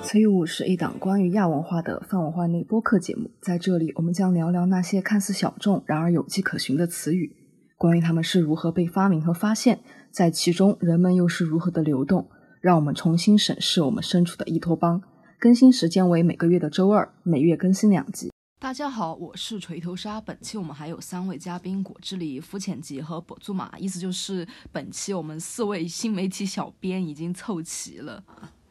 词语物是一档关于亚文化的泛文化内播客节目，在这里我们将聊聊那些看似小众然而有迹可循的词语，关于它们是如何被发明和发现，在其中人们又是如何的流动，让我们重新审视我们身处的伊托邦。更新时间为每个月的周二，每月更新2集。大家好，我是锤头鲨。本期我们还有3位嘉宾，果汁狸、肤浅吉和跛足马，意思就是本期我们4位新媒体小编已经凑齐了。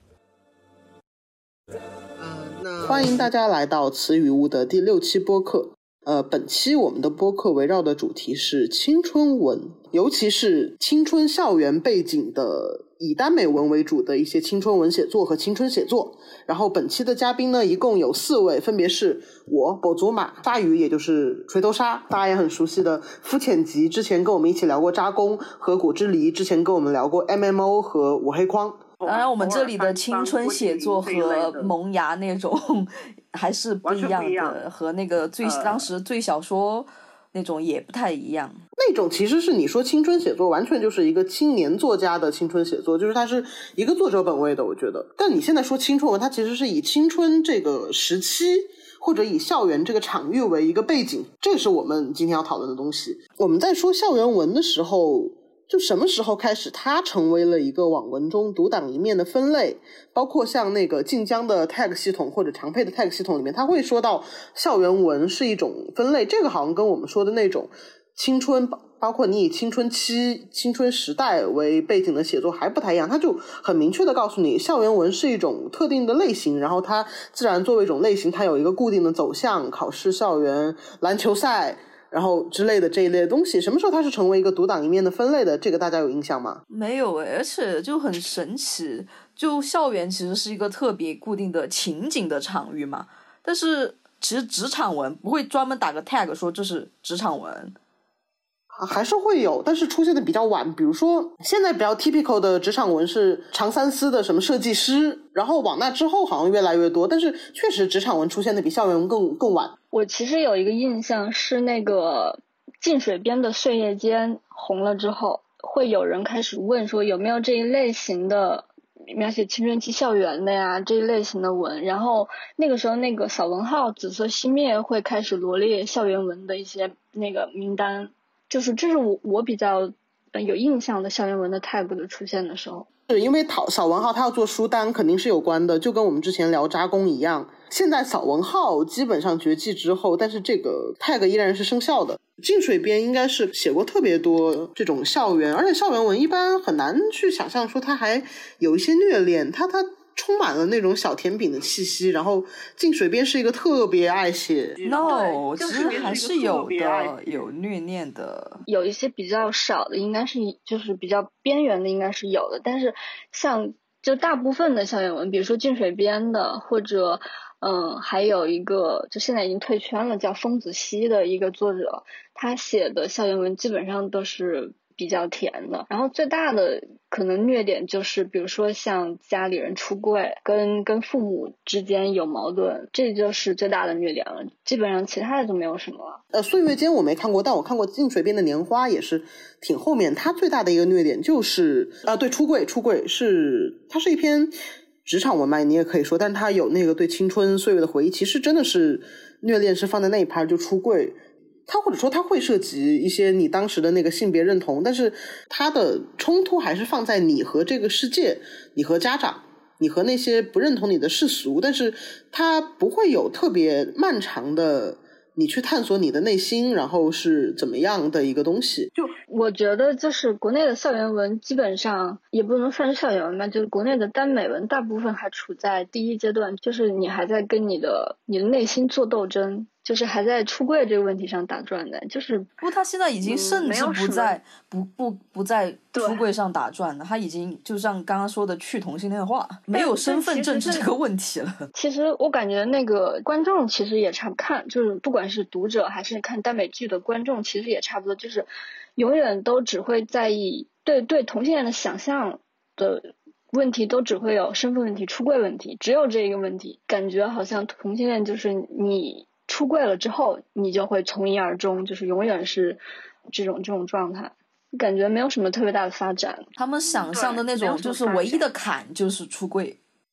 欢迎大家来到词语屋的第6期播客。本期我们的播客围绕的主题是青春文，尤其是青春校园背景的以耽美文为主的一些青春文写作和青春写作。然后本期的嘉宾呢，一共有4位，分别是我跛足马、鲨鱼也就是锤头鲨，大家也很熟悉的肤浅吉，之前跟我们一起聊过扎工，和果汁狸之前跟我们聊过 MMO 和我黑框。 当然我们这里的青春写作和萌芽那种还是不一样的，和那个当时最小说那种也不太一样。 那种其实是你说青春写作完全就是一个青年作家的青春写作，就是它是一个作者本位的，我觉得。但你现在说青春文，它其实是以青春这个时期或者以校园这个场域为一个背景，这是我们今天要讨论的东西。我们在说校园文的时候，就什么时候开始它成为了一个网文中独当一面的分类，包括像那个晋江的 tag 系统或者长佩的 tag 系统里面，它会说到校园文是一种分类，这个好像跟我们说的那种青春，包括你以青春期、青春时代为背景的写作还不太一样，它就很明确的告诉你校园文是一种特定的类型，然后它自然作为一种类型，它有一个固定的走向，考试、校园、篮球赛然后之类的这一类的东西。什么时候它是成为一个独当一面的分类的，这个大家有印象吗？ 没有而且就很神奇，就校园其实是一个特别固定的情景的场域嘛，但是其实职场文不会专门打个 tag 说这是职场文， 还是会有，但是出现的比较晚。比如说现在比较 typical 的职场文是长三思的什么设计师，然后往那之后好像越来越多，但是确实职场文出现的比校园文更晚。 我其实有一个印象是那个近水边的碎叶间红了之后，会有人开始问说有没有这一类型的描写青春期校园的呀，这一类型的文，然后那个时候那个扫文号紫色熄灭会开始罗列校园文的一些那个名单，就是这是我比较有印象的校园文的 tag 的出现的时候。 是因为扫文号它要做书单肯定是有关的，就跟我们之前聊扎工一样，现在扫文号基本上绝迹之后，但是这个 tag 依然是生效的。近水边应该是写过特别多这种校园，而且校园文一般很难去想象说它还有一些虐恋，它充满了那种小甜饼的气息，然后近水边是一个特别爱写 no 其实还是有的，有虐恋的， 有一些比较少的应该是就是比较边缘的应该是有的，但是像就大部分的校园文，比如说近水边的，或者还有一个就现在已经退圈了叫丰子熙的一个作者，他写的校园文基本上都是比较甜的。然后最大的可能虐点就是比如说像家里人出柜跟父母之间有矛盾，这就是最大的虐点了，基本上其他的就没有什么了。 岁月间我没看过，但我看过近水边的年华，也是挺后面。它最大的一个虐点就是对，出柜是它是一篇职场文嘛，你也可以说，但是它有那个对青春岁月的回忆，其实真的是虐恋是放在那一盘就出柜。它或者说它会涉及一些你当时的那个性别认同，但是它的冲突还是放在你和这个世界，你和家长，你和那些不认同你的世俗，但是它不会有特别漫长的你去探索你的内心，然后是怎么样的一个东西。 就我觉得就是国内的校园文基本上也不能算是校园文吧，就是国内的耽美文大部分还处在第一阶段，就是你还在跟你的内心做斗争，就是还在出柜这个问题上打转的，就是不过他现在已经甚至不在出柜上打转了，他已经就像刚刚说的去同性恋化，没有身份政治这个问题了。 其实我感觉那个观众其实也差不看，就是不管是读者还是看耽美剧的观众，其实也差不多，就是永远都只会在意对同性恋的想象的问题，都只会有身份问题、出柜问题，只有这一个问题。感觉好像同性恋就是你出柜了之后你就会从一而终，就是永远是这种状态，感觉没有什么特别大的发展。 他们想象的那种就是唯一的坎就是出柜。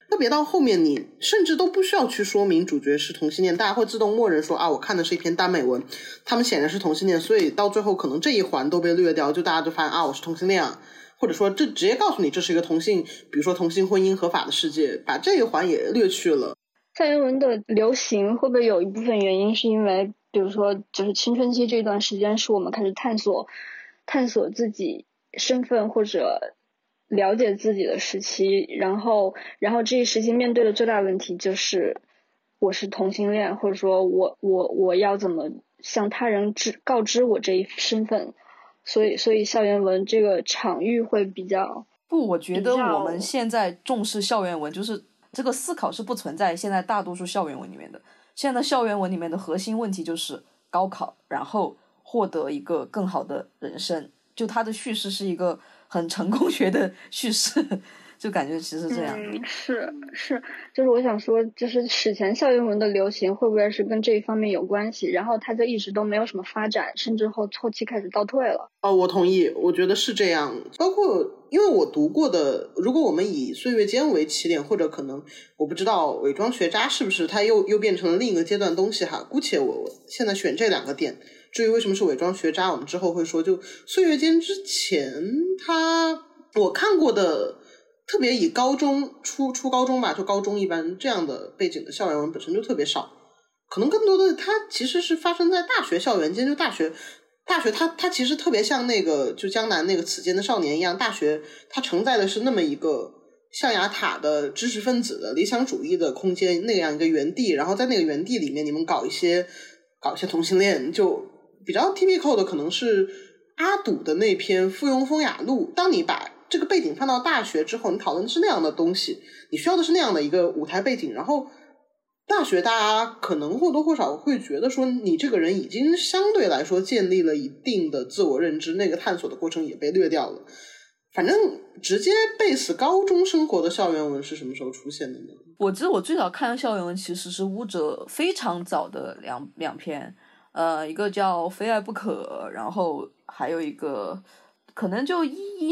特别到后面你甚至都不需要去说明主角是同性恋，大家会自动默认说啊，我看的是一篇耽美文，他们显然是同性恋，所以到最后可能这一环都被略掉，就大家就发现啊，我是同性恋啊，或者说这直接告诉你这是一个同性，比如说同性婚姻合法的世界，把这一环也略去了。 校园文的流行会不会有一部分原因是因为比如说就是青春期这段时间是我们开始探索自己身份或者了解自己的时期，然后这一时期面对的最大问题就是我是同性恋，或者说我要怎么向他人告知我这一身份，所以校园文这个场域会比较不，我觉得我们现在重视校园文，就是这个思考是不存在现在大多数校园文里面的。现在校园文里面的核心问题就是高考，然后获得一个更好的人生，就它的叙事是一个很成功学的叙事，就感觉其实这样。 是，就是我想说，就是史前校园文的流行会不会是跟这一方面有关系？然后它就一直都没有什么发展，甚至后期开始倒退了。 我同意，我觉得是这样。包括因为我读过的，如果我们以岁月间为起点，或者可能我不知道伪装学渣是不是它又变成了另一个阶段的东西哈，姑且我现在选这两个点。至于为什么是伪装学渣，我们之后会说。就岁月间之前，我看过的特别以高中初高中吧，就高中一般这样的背景的校园文本身就特别少，可能更多的它其实是发生在大学校园间。就大学它其实特别像那个就江南那个此间的少年一样，大学它承载的是那么一个象牙塔的知识分子的理想主义的空间，那样一个园地，然后在那个园地里面你们搞一些同性恋，就比较 typical 的可能是阿堵的那篇《附庸风雅录》。当你把这个背景放到大学之后，你讨论的是那样的东西，你需要的是那样的一个舞台背景，然后大学大家可能或多或少会觉得说你这个人已经相对来说建立了一定的自我认知，那个探索的过程也被略掉了。反正直接 base 高中生活的校园文是什么时候出现的呢？ 我记得我最早看的校园文其实是巫者非常早的两篇，一个叫《非爱不可》，然后还有一个可能就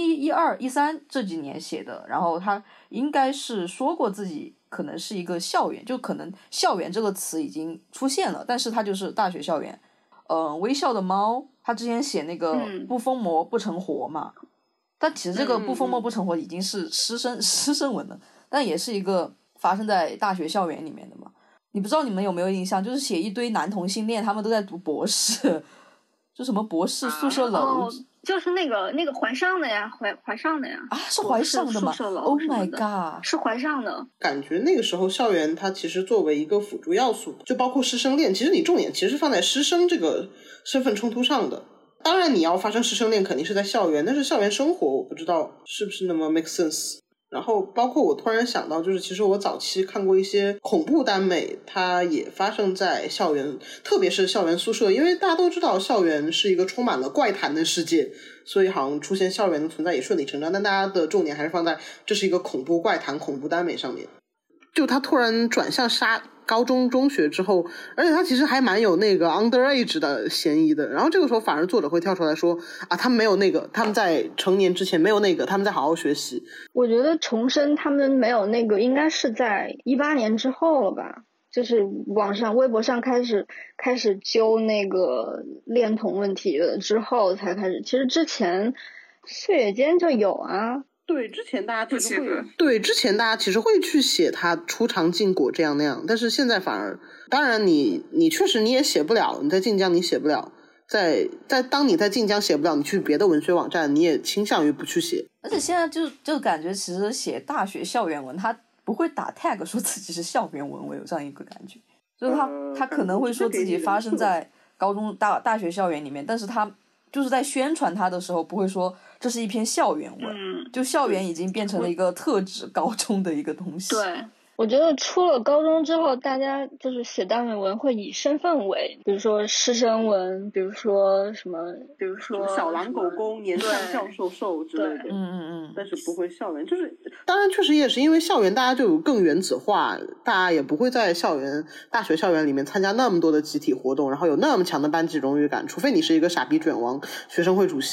12、13这几年写的，然后他应该是说过自己可能是一个校园，就可能校园这个词已经出现了，但是他就是大学校园。微笑的猫他之前写那个不疯魔不成活嘛，但其实这个不疯魔不成活已经是师生文了，但也是一个发生在大学校园里面的嘛。你不知道你们有没有印象，就是写一堆男同性恋他们都在读博士，就什么博士宿舍楼， 就是那个怀上的呀，怀上的呀啊，是怀上的吗 ？Oh my god， 是怀上的。 感觉那个时候校园它其实作为一个辅助要素，就包括师生恋，其实你重点其实放在师生这个身份冲突上的。当然你要发生师生恋肯定是在校园，但是校园生活我不知道是不是那么 make sense。然后包括我突然想到，就是其实我早期看过一些恐怖耽美，它也发生在校园，特别是校园宿舍，因为大家都知道校园是一个充满了怪谈的世界，所以好像出现校园的存在也顺理成章，但大家的重点还是放在这是一个恐怖怪谈恐怖耽美上面。就他突然转向高中中学之后，而且他其实还蛮有那个 underage 的嫌疑的，然后这个时候反而作者会跳出来说啊，他们没有那个，他们在成年之前没有那个，他们在好好学习。 我觉得重申他们没有那个应该是在18年之后了吧，就是网上微博上开始揪那个恋童问题了之后才开始，其实之前岁月间就有啊。 对，之前大家其实会去写他出场禁果这样那样，但是现在反而，当然你确实你也写不了，你在晋江你写不了，当你在晋江写不了，你去别的文学网站你也倾向于不去写。 而且现在就感觉其实写大学校园文他不会打 tag 说自己是校园文，我有这样一个感觉，就是他可能会说自己发生在高中大学校园里面，但是他就是在宣传他的时候不会说这是一篇校园文，就校园已经变成了一个特指高中的一个东西。 对，我觉得出了高中之后，大家就是写耽美文会以身份为，比如说师生文，比如说小狼狗公、年上教授授之类的，但是不会校园，就是当然确实也是因为校园大家就更原子化，大家也不会在大学校园里面参加那么多的集体活动，然后有那么强的班级荣誉感，除非你是一个傻逼卷王学生会主席。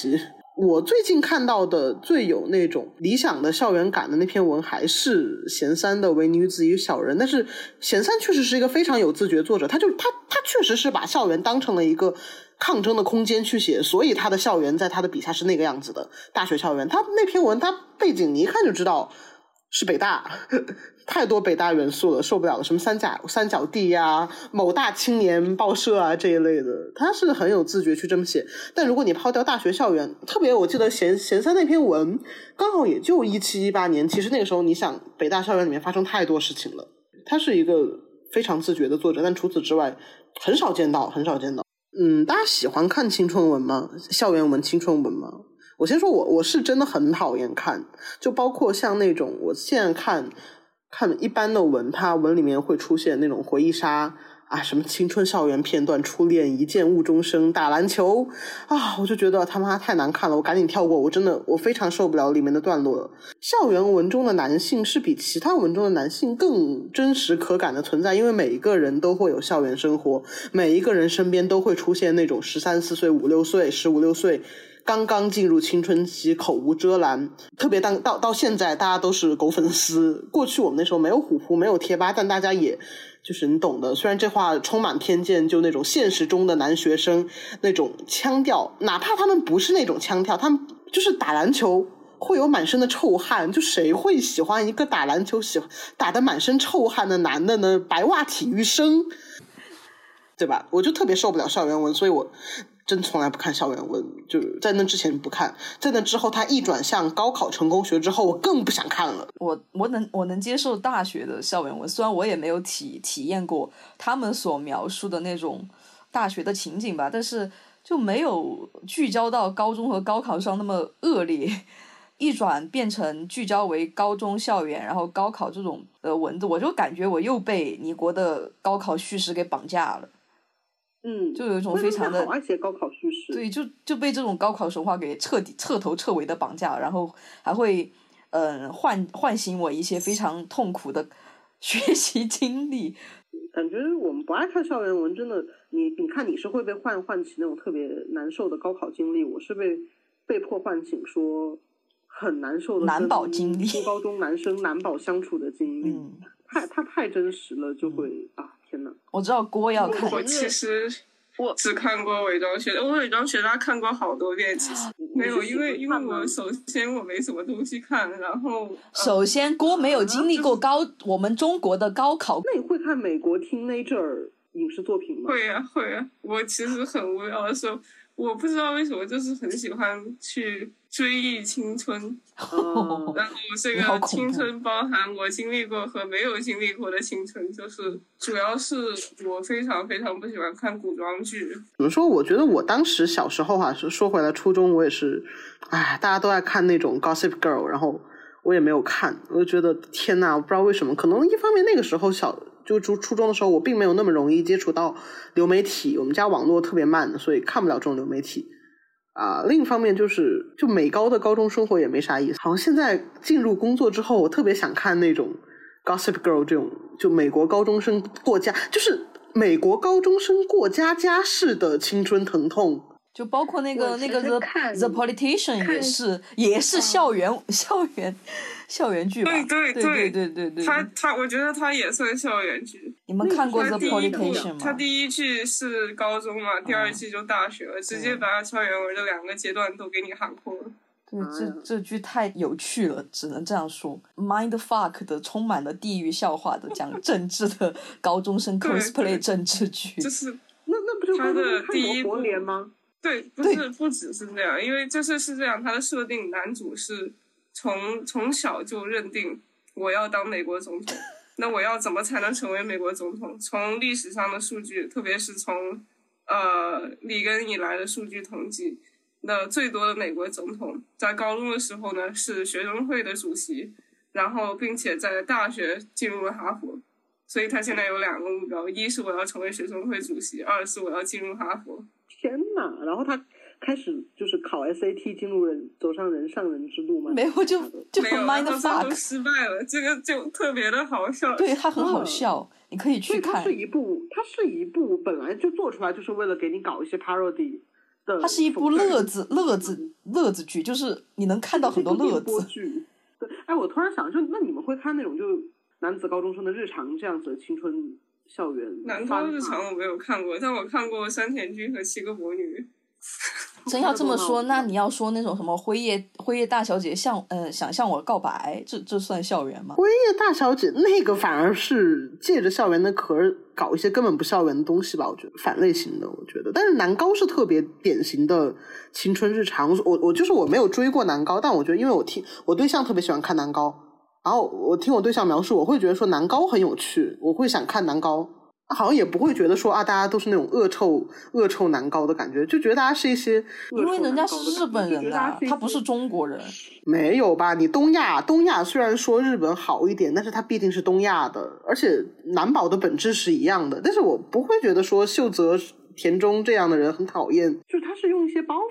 我最近看到的最有那种理想的校园感的那篇文还是闲三的《唯女子与小人》，但是闲三确实是一个非常有自觉作者，他确实是把校园当成了一个抗争的空间去写，所以他的校园在他的笔下是那个样子的。大学校园，他那篇文他背景你一看就知道是北大，太多北大元素了，受不了了，什么三角地啊，某大青年报社啊这一类的，他是很有自觉去这么写。但如果你抛掉大学校园，特别我记得闲三那篇文刚好也就17、18年，其实那个时候你想北大校园里面发生太多事情了，他是一个非常自觉的作者，但除此之外很少见到。大家喜欢看青春文吗？校园文、青春文吗？我先说我是真的很讨厌看，就包括像那种我现在看一般的文，它文里面会出现那种回忆杀啊，什么青春校园片段、初恋、一见误终生、打篮球啊，我就觉得他妈太难看了，我赶紧跳过，我非常受不了里面的段落了。校园文中的男性是比其他文中的男性更真实可感的存在，因为每一个人都会有校园生活，每一个人身边都会出现那种13、14岁、5、6岁、15、16岁刚刚进入青春期，口无遮拦，特别到现在大家都是狗粉丝。过去我们那时候没有虎扑没有贴吧，但大家也就是你懂的，虽然这话充满偏见，就那种现实中的男学生那种腔调，哪怕他们不是那种腔调，他们就是打篮球会有满身的臭汗，就谁会喜欢一个打篮球打得满身臭汗的男的呢？白袜体育生，对吧？我就特别受不了校园文，所以我真从来不看校园文，就是在那之前不看，在那之后他一转向高考成功学之后，我更不想看了。 我能接受大学的校园文，虽然我也没有体验过他们所描述的那种大学的情景吧，但是就没有聚焦到高中和高考上那么恶劣，一转变成聚焦为高中校园然后高考这种文字，我就感觉我又被你国的高考叙事给绑架了。就有一种非常的好爱写高考叙事， 对，就被这种高考神话给彻头彻尾的绑架，然后还会唤醒我一些非常痛苦的学习经历。 感觉我们不爱看校园文，真的，你看你是会被唤起那种特别难受的高考经历，我是被迫唤醒说很难受的难保经历， 初高中男生难保相处的经历，它太真实了，就会天哪！ 我知道郭要看， 我其实我只看过伪装学，我伪装学渣看过好多遍，其实没有，因为我首先我没什么东西看，然后首先郭没有经历过我们中国的高考。 那你会看美国 teenager 影视作品吗？ 会啊，我其实很无聊的时候，我不知道为什么就是很喜欢去追忆青春，然后这个青春包含我经历过和没有经历过的青春，就是主要是我非常非常不喜欢看古装剧。 怎么说？我觉得我当时小时候说回来初中我也是，大家都爱看那种 Gossip Girl， 然后我也没有看，我就觉得天哪，我不知道为什么，可能一方面那个时候就初中的时候我并没有那么容易接触到流媒体，我们家网络特别慢，所以看不了这种流媒体。另一方面就美高的高中生活也没啥意思，好像现在进入工作之后我特别想看那种 Gossip Girl 这种就美国高中生过家，就是美国高中生过家家式的青春疼痛， 就包括那个 The Politician 也是校园剧吧？ 对，他我觉得他也算校园剧。 你们看过 The Politician 吗？ 他第一季是高中嘛，第二季就大学了，直接把校园文这两个阶段都给你涵括了。 对，这剧太有趣了，只能这样说。Mindfuck 的充满了地域笑话的讲政治的高中生 cosplay 政治剧， 就是那不就他的第一部吗？对，不只是这样，因为是这样，他的设定男主是从小就认定我要当美国总统，那我要怎么才能成为美国总统？从历史上的数据，特别是从里根以来的数据统计，那最多的美国总统在高中的时候呢是学生会的主席，然后并且在大学进入了哈佛，所以他现在有2个目标，一是我要成为学生会主席，二是我要进入哈佛。 天哪！然后他开始就是考 SAT 走上人上人之路吗？ 没有，就 mindfuck 都失败了，这个就特别的好笑。 对，他很好笑，你可以去看。 它是一部本来就做出来就是为了给你搞一些 parody 的， 它是一部乐子剧，就是你能看到很多乐子。 剧。对，哎，我突然想，就那你们会看那种就男子高中生的日常这样子的青春校园？ 男高日常我没有看过，但我看过山田君和七个魔女。 真要这么说，那你要说那种什么辉夜大小姐想向我告白，这算校园吗？ 辉夜大小姐那个反而是借着校园的壳搞一些根本不校园的东西吧，我觉得反类型的，我觉得。但是男高是特别典型的青春日常，我就是我没有追过男高，但我觉得因为我对象特别喜欢看男高，然后我听我对象描述，我会觉得说男高很有趣，我会想看男高。好像也不会觉得说啊，大家都是那种恶臭男高的感觉，就觉得大家是一些因为人家是日本人啊，他不是中国人。 没有吧？你东亚虽然说日本好一点，但是它毕竟是东亚的，而且男保的本质是一样的。但是我不会觉得说秀泽田中这样的人很讨厌，就是他是用一些包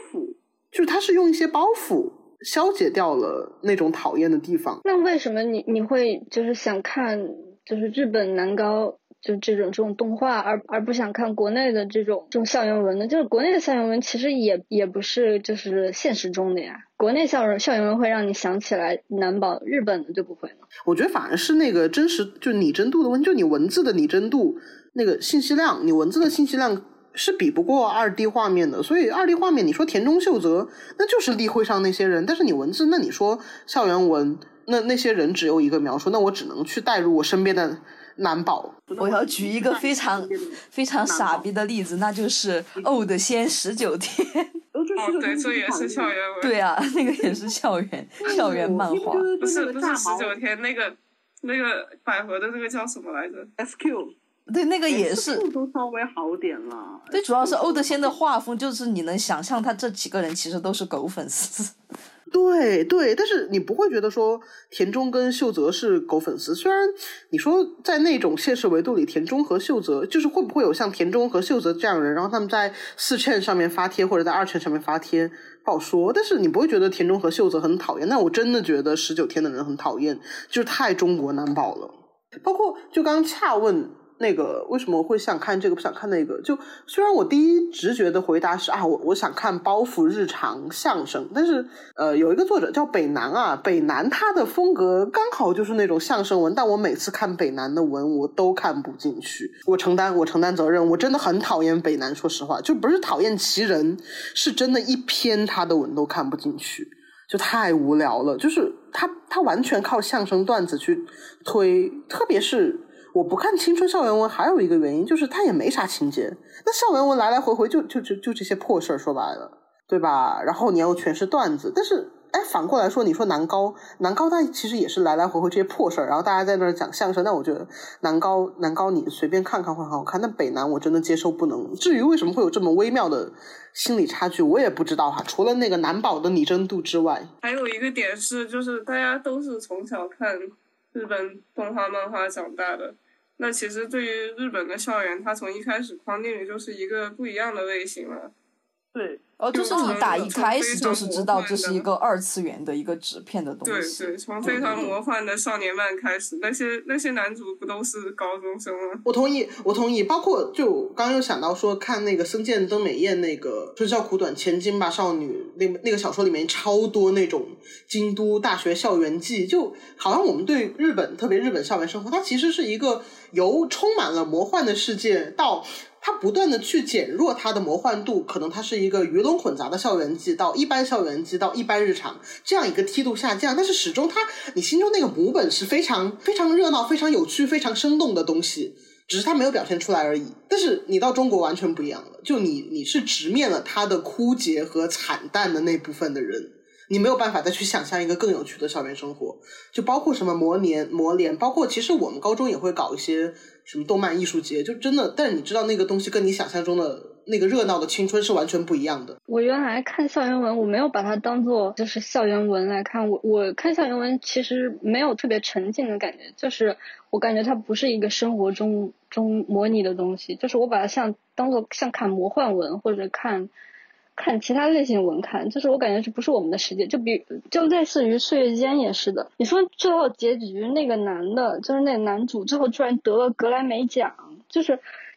袱消解掉了那种讨厌的地方。 那为什么你会就是想看就是日本男高就这种动画，而不想看国内的这种校园文呢？就是国内的校园文其实也不是就是现实中的呀。国内校园文会让你想起来男保，日本的就不会了。 我觉得反而是那个真实就拟真度的问题，就你文字的拟真度，那个信息量，你文字的信息量是比不过2D 画面的。所以2D 画面你说田中秀泽那就是例会上那些人，但是你文字，那你说校园文那些人只有一个描述，那我只能去带入我身边的男保。 我要举一个非常非常傻逼的例子，那就是欧的先19天。 对，这也是校园文。 对啊，那个也是校园漫画。 不是19天，那个百合的那个叫什么来着 ？SQ。 对，那个也是都稍微好点了。 对，主要是欧德仙的画风，就是你能想象他这几个人其实都是狗粉丝。 对，但是你不会觉得说田中跟秀泽是狗粉丝，虽然你说在那种现实维度里，田中和秀泽就是会不会有像田中和秀泽这样的人，然后他们在4chan上面发帖或者在2chan上面发帖，不好说。但是你不会觉得田中和秀泽很讨厌，但我真的觉得19天的人很讨厌，就是太中国男保了。包括就刚刚恰问那个为什么会想看这个不想看那个，就虽然我第一直觉的回答是啊，我想看包袱日常相声，但是有一个作者叫北南啊，北南他的风格刚好就是那种相声文，但我每次看北南的文我都看不进去，我承担责任，我真的很讨厌北南，说实话，就不是讨厌其人，是真的一篇他的文都看不进去，就太无聊了，就是他完全靠相声段子去推，特别是我不看青春校园文还有一个原因就是它也没啥情节，那校园文来来回回就这些破事儿，说白了，对吧？然后你要全是段子，但是哎，反过来说，你说男高它其实也是来来回回这些破事儿，然后大家在那儿讲相声，但我觉得男高你随便看看会很好看，但北南我真的接受不能。至于为什么会有这么微妙的心理差距，我也不知道哈，除了那个男保的拟真度之外， 还有一个点是，就是大家都是从小看日本动画漫画长大的，那其实对于日本的校园，它从一开始框定的就是一个不一样的类型了。 对， 就是你打一开始就是知道这是一个2次元的一个纸片的东西。 对，从非常魔幻的少年漫开始，那些男主不都是高中生吗？ 我同意，包括就刚刚又想到说看那个森见登美彦那个春宵苦短千金吧少女那个小说里面超多那种京都大学校园记，就好像我们对日本特别日本校园生活，它其实是一个由充满了魔幻的世界到它不断的去减弱它的魔幻度，可能它是一个鱼龙混杂的校园季，到一般校园季，到一般日常，这样一个梯度下降，但是始终你心中那个母本是非常非常热闹、非常有趣、非常生动的东西，只是它没有表现出来而已。但是你到中国完全不一样了，就你是直面了它的枯竭和惨淡的那部分的人，你没有办法再去想象一个更有趣的校园生活，就包括什么模联，包括其实我们高中也会搞一些什么动漫艺术节，就真的，但是你知道那个东西跟你想象中的那个热闹的青春是完全不一样的。 我原来看校园文，我没有把它当做就是校园文来看，我看校园文其实没有特别沉浸的感觉，就是我感觉它不是一个生活中模拟的东西，就是我把它当做像看魔幻文或者看其他类型文看，就是我感觉这不是我们的世界，就类似于岁月间也是的。你说最后结局那个男的，就是那个男主最后居然得了格莱美奖，就是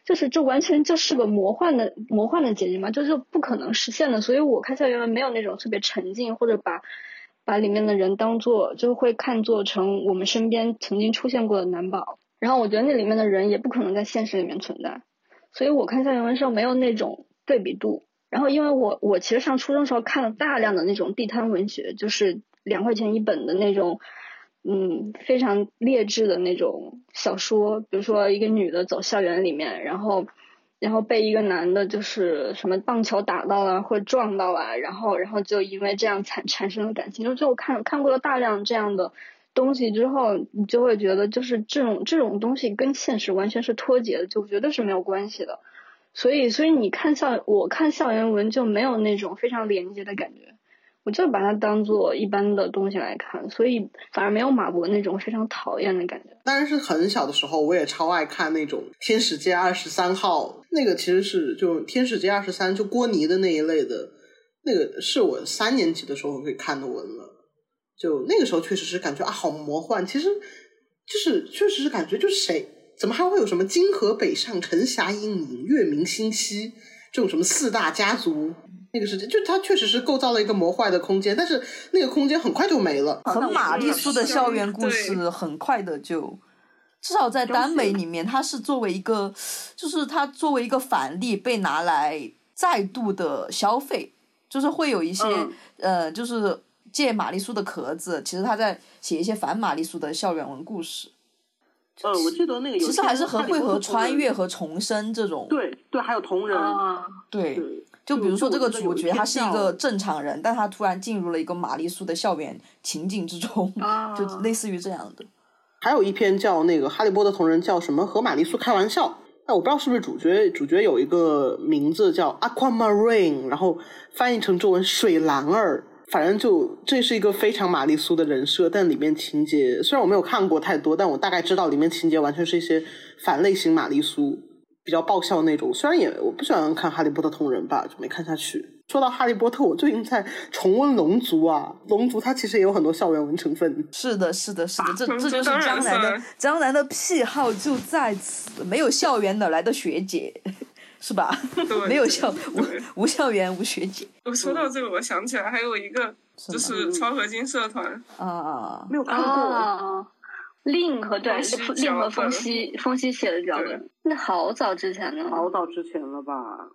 就是这完全就是个魔幻的结局嘛，就是不可能实现的。所以我看校园文没有那种特别沉浸，或者把里面的人当做就会看作成我们身边曾经出现过的男宝，然后我觉得那里面的人也不可能在现实里面存在，所以我看校园文时候没有那种对比度。然后因为我其实上初中时候看了大量的那种地摊文学，就是2块钱一本的那种非常劣质的那种小说，比如说一个女的走校园里面，然后被一个男的就是什么棒球打到了或者撞到了，然后就因为这样产生了感情。就我看过了大量这样的东西之后，你就会觉得就是这种东西跟现实完全是脱节的，就绝对是没有关系的。所以我看校园文就没有那种非常连接的感觉，我就把它当做一般的东西来看，所以反而没有马博那种非常讨厌的感觉。 当然是很小的时候我也超爱看那种天使街23号，那个其实是就天使街23就郭妮的那一类的，那个是我3年级的时候会看的文了。就那个时候确实是感觉好魔幻，其实就是确实是感觉就是谁怎么还会有什么金河北上陈霞阴影月明星稀这种什么4大家族，那个时间就它确实是构造了一个魔幻的空间，但是那个空间很快就没了。 很玛丽苏的校园故事很快的就，至少在耽美里面它是作为一个就是它作为一个反例被拿来再度的消费，就是会有一些就是借玛丽苏的壳子，其实他在写一些反玛丽苏的校园文故事。 我记得那个其实还是会和穿越和重生这种。 对，还有同人。 对，就比如说这个主角他是一个正常人，但他突然进入了一个玛丽苏的校园情境之中，就类似于这样的。 还有一篇叫那个哈利波特同人叫什么和玛丽苏开玩笑，我不知道是不是主角有一个名字叫 Aquamarine， 然后翻译成中文水蓝儿。反正就这是一个非常玛丽苏的人设，但里面情节虽然我没有看过太多，但我大概知道里面情节完全是一些反类型玛丽苏，比较爆笑那种。虽然我不喜欢看哈利波特同人吧，就没看下去。说到哈利波特，我最近在重温龙族啊，龙族它其实也有很多校园文成分。 是的这就是江南的癖好就在此，没有校园哪来的学姐是吧？没有无校园无学姐。 我说到这个，我想起来还有一个就是超合金社团没有看过。 令和风息写的脚本，那好早之前呢？ 好早之前了吧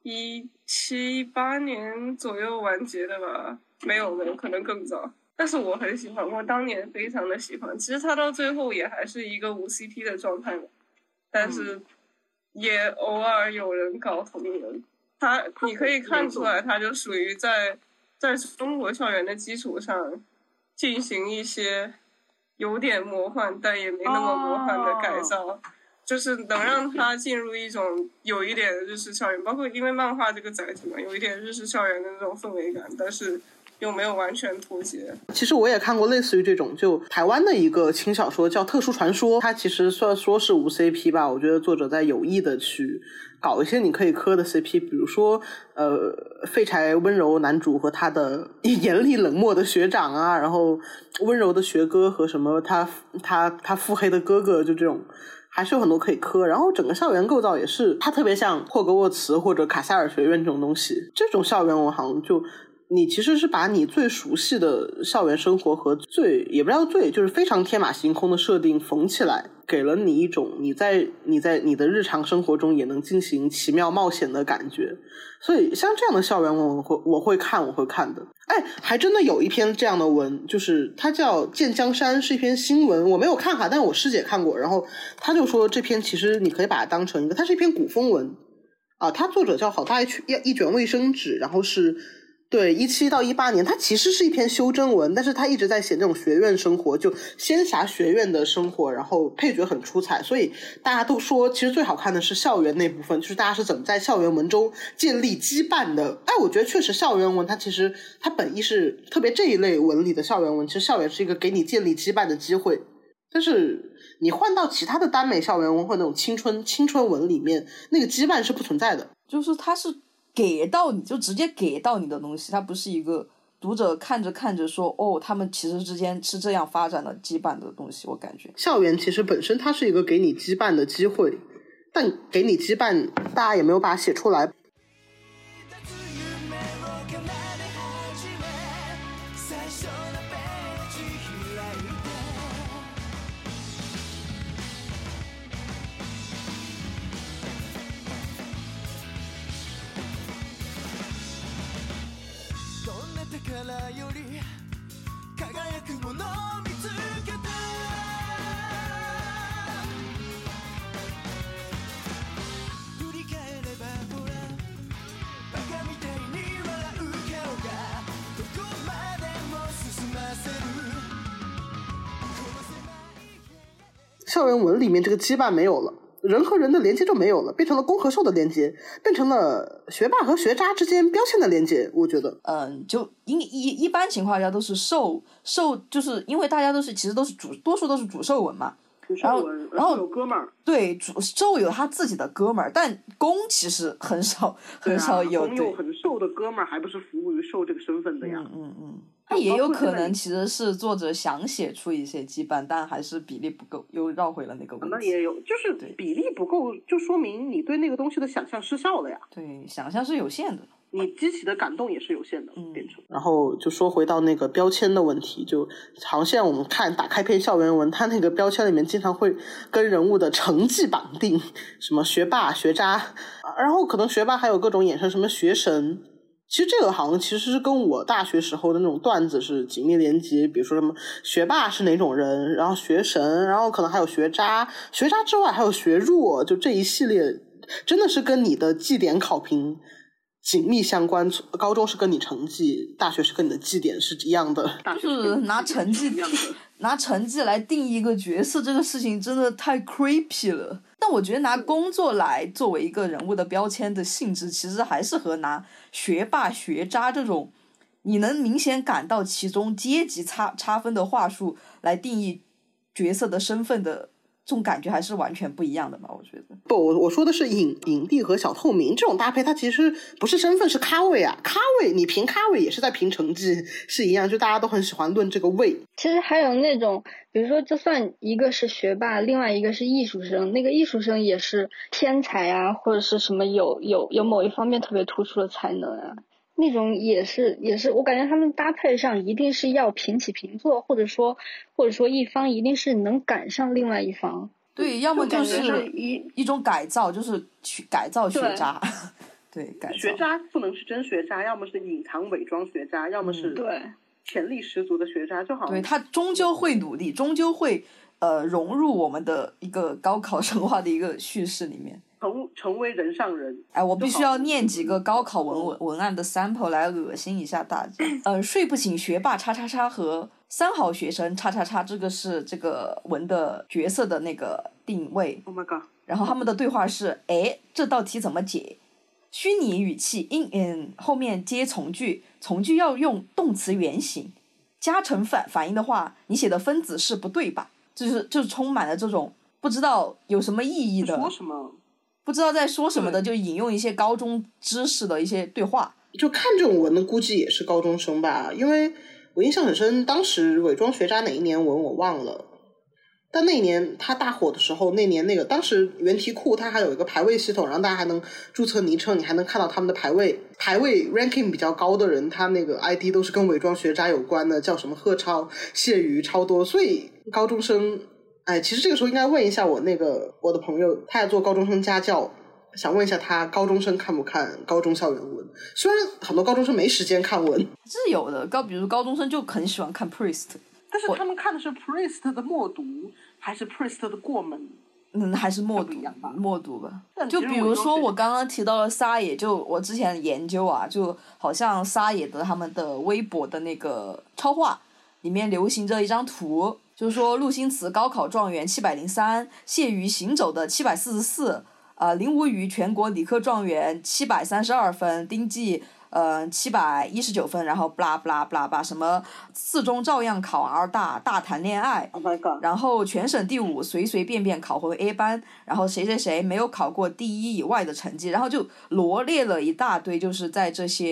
？17、18年左右完结的吧？没有，可能更早。但是我很喜欢，我当年非常的喜欢。其实他到最后也还是一个无 CP 的状态嘛，但是也偶尔有人搞同人。你可以看出来，他就属于在中国校园的基础上进行一些有点魔幻但也没那么魔幻的改造，就是能让他进入一种有一点日式校园，包括因为漫画这个载体嘛，有一点日式校园的那种氛围感，但是又没有完全脱节。 其实我也看过类似于这种，就台湾的一个轻小说叫《特殊传说》，它其实算说是无 CP 吧，我觉得作者在有意的去搞一些你可以磕的 CP， 比如说废柴温柔男主和他的严厉冷漠的学长啊，然后温柔的学哥和什么他腹黑的哥哥，就这种还是有很多可以磕。然后整个校园构造也是它特别像霍格沃茨或者卡塞尔学院这种东西，这种校园文好像就你其实是把你最熟悉的校园生活和也不知道就是非常天马行空的设定缝起来，给了你一种你在你的日常生活中也能进行奇妙冒险的感觉。所以像这样的校园文我会看的。还真的有一篇这样的文，就是它叫《见江山》，是一篇新闻，我没有看哈，但是我师姐看过，然后他就说这篇其实你可以把它当成一个，它是一篇古风文啊，它作者叫好大一卷卫生纸，然后是对17到18年，它其实是一篇修真文，但是它一直在写那种学院生活，就仙侠学院的生活，然后配角很出彩，所以大家都说其实最好看的是校园那部分，就是大家是怎么在校园文中建立羁绊的。我觉得确实校园文它其实它本意是特别这一类文里的校园文，其实校园是一个给你建立羁绊的机会，但是你换到其他的耽美校园文或者那种青春文里面，那个羁绊是不存在的， 就是它是给到你就直接给到你的东西，它不是一个读者看着说他们其实之间是这样发展的羁绊的东西。我感觉校园其实本身它是一个给你羁绊的机会， 但给你羁绊，大家也没有把它写出来。校园文里面这个羁绊没有了，人和人的连接就没有了，变成了攻和受的连接，变成了学霸和学渣之间标签的连接。我觉得就一般情况下都是受，就是因为大家其实都是多数都是主受文嘛， 然后有哥们儿， 对，受有他自己的哥们儿，但攻其实很少有， 攻有很受的哥们儿，还不是服务于受这个身份的呀。 他也有可能其实是作者想写出一些羁绊，但还是比例不够，又绕回了那个问题。 那也有，就是比例不够，就说明你对那个东西的想象失效了呀。 对，想象是有限的， 你激起的感动也是有限的，变成。然后就说回到那个标签的问题，就好像现在我们打开篇校园文，它那个标签里面经常会跟人物的成绩绑定，什么学霸、学渣，然后可能学霸还有各种衍生，什么学神。其实这个好像其实是跟我大学时候的那种段子是紧密连接，比如说什么学霸是哪种人，然后学神，然后可能还有学渣，学渣之外还有学弱，就这一系列真的是跟你的绩点考评紧密相关。高中是跟你成绩，大学是跟你的绩点是一样的， 就是拿成绩来定义一个角色，这个事情真的太 creepy 了。但我觉得拿工作来作为一个人物的标签的性质，其实还是和拿学霸学渣这种你能明显感到其中阶级差分的话术来定义角色的身份的这种感觉还是完全不一样的吧。我觉得不，我说的是影帝和小透明这种搭配，它其实不是身份，是咖位啊。咖位你评咖位也是在评成绩，是一样，就大家都很喜欢论这个位。 其实还有那种比如说就算一个是学霸，另外一个是艺术生，那个艺术生也是天才啊，或者是什么有某一方面特别突出的才能啊，那种也是我感觉他们搭配上一定是要平起平坐，或者说一方一定是能赶上另外一方。 对，要么就是一种改造，就是改造学渣。对，改造学渣不能是真学渣，要么是隐藏伪装学渣，要么是潜力十足的学渣，就好。 对，他终究会努力，终究会融入我们的一个高考神话的一个叙事里面， 成为人上人。 哎，我必须要念几个高考文案的 sample 来恶心一下大家。睡不醒学霸叉叉叉和三好学生叉叉叉，这个是这个文的角色的那个定位。 Oh my god！ 然后他们的对话是：哎，这道题怎么解？虚拟语气后面接从句，从句要用动词原形。加成反应的话，你写的分子式不对吧？就是充满了这种不知道有什么意义的， 说什么不知道在说什么的，就引用一些高中知识的一些对话。 就看这种文的估计也是高中生吧，因为我印象很深，当时伪装学渣哪一年文我忘了，但那一年他大火的时候，那年当时原题库它还有一个排位系统，然后大家还能注册昵称，你还能看到他们的排位 ranking 比较高的人，他那个 ID 都是跟伪装学渣有关的，叫什么贺超、谢瑜超多，所以高中生其实这个时候应该问一下我的朋友，他也做高中生家教，想问一下他高中生看不看高中校园文，虽然很多高中生没时间看文， 是有的，比如高中生就很喜欢看 Priest， 但是他们看的是 Priest 的默读还是 Priest 的过门？ 还是默读吧。就比如说我刚刚提到了撒野，就我之前研究啊，就好像撒野的他们的微博的那个超话里面流行着一张图，就是说陆星驰高考状元703，谢瑜行走的744，林无瑜全国理科状元732分，丁记719分，然后不啦不啦不啦吧，什么四中照样考2大，大谈恋爱， Oh my god， 然后全省第5，随随便便考回 A 班，然后谁谁谁没有考过第1以外的成绩，然后就罗列了一大堆，就是在这些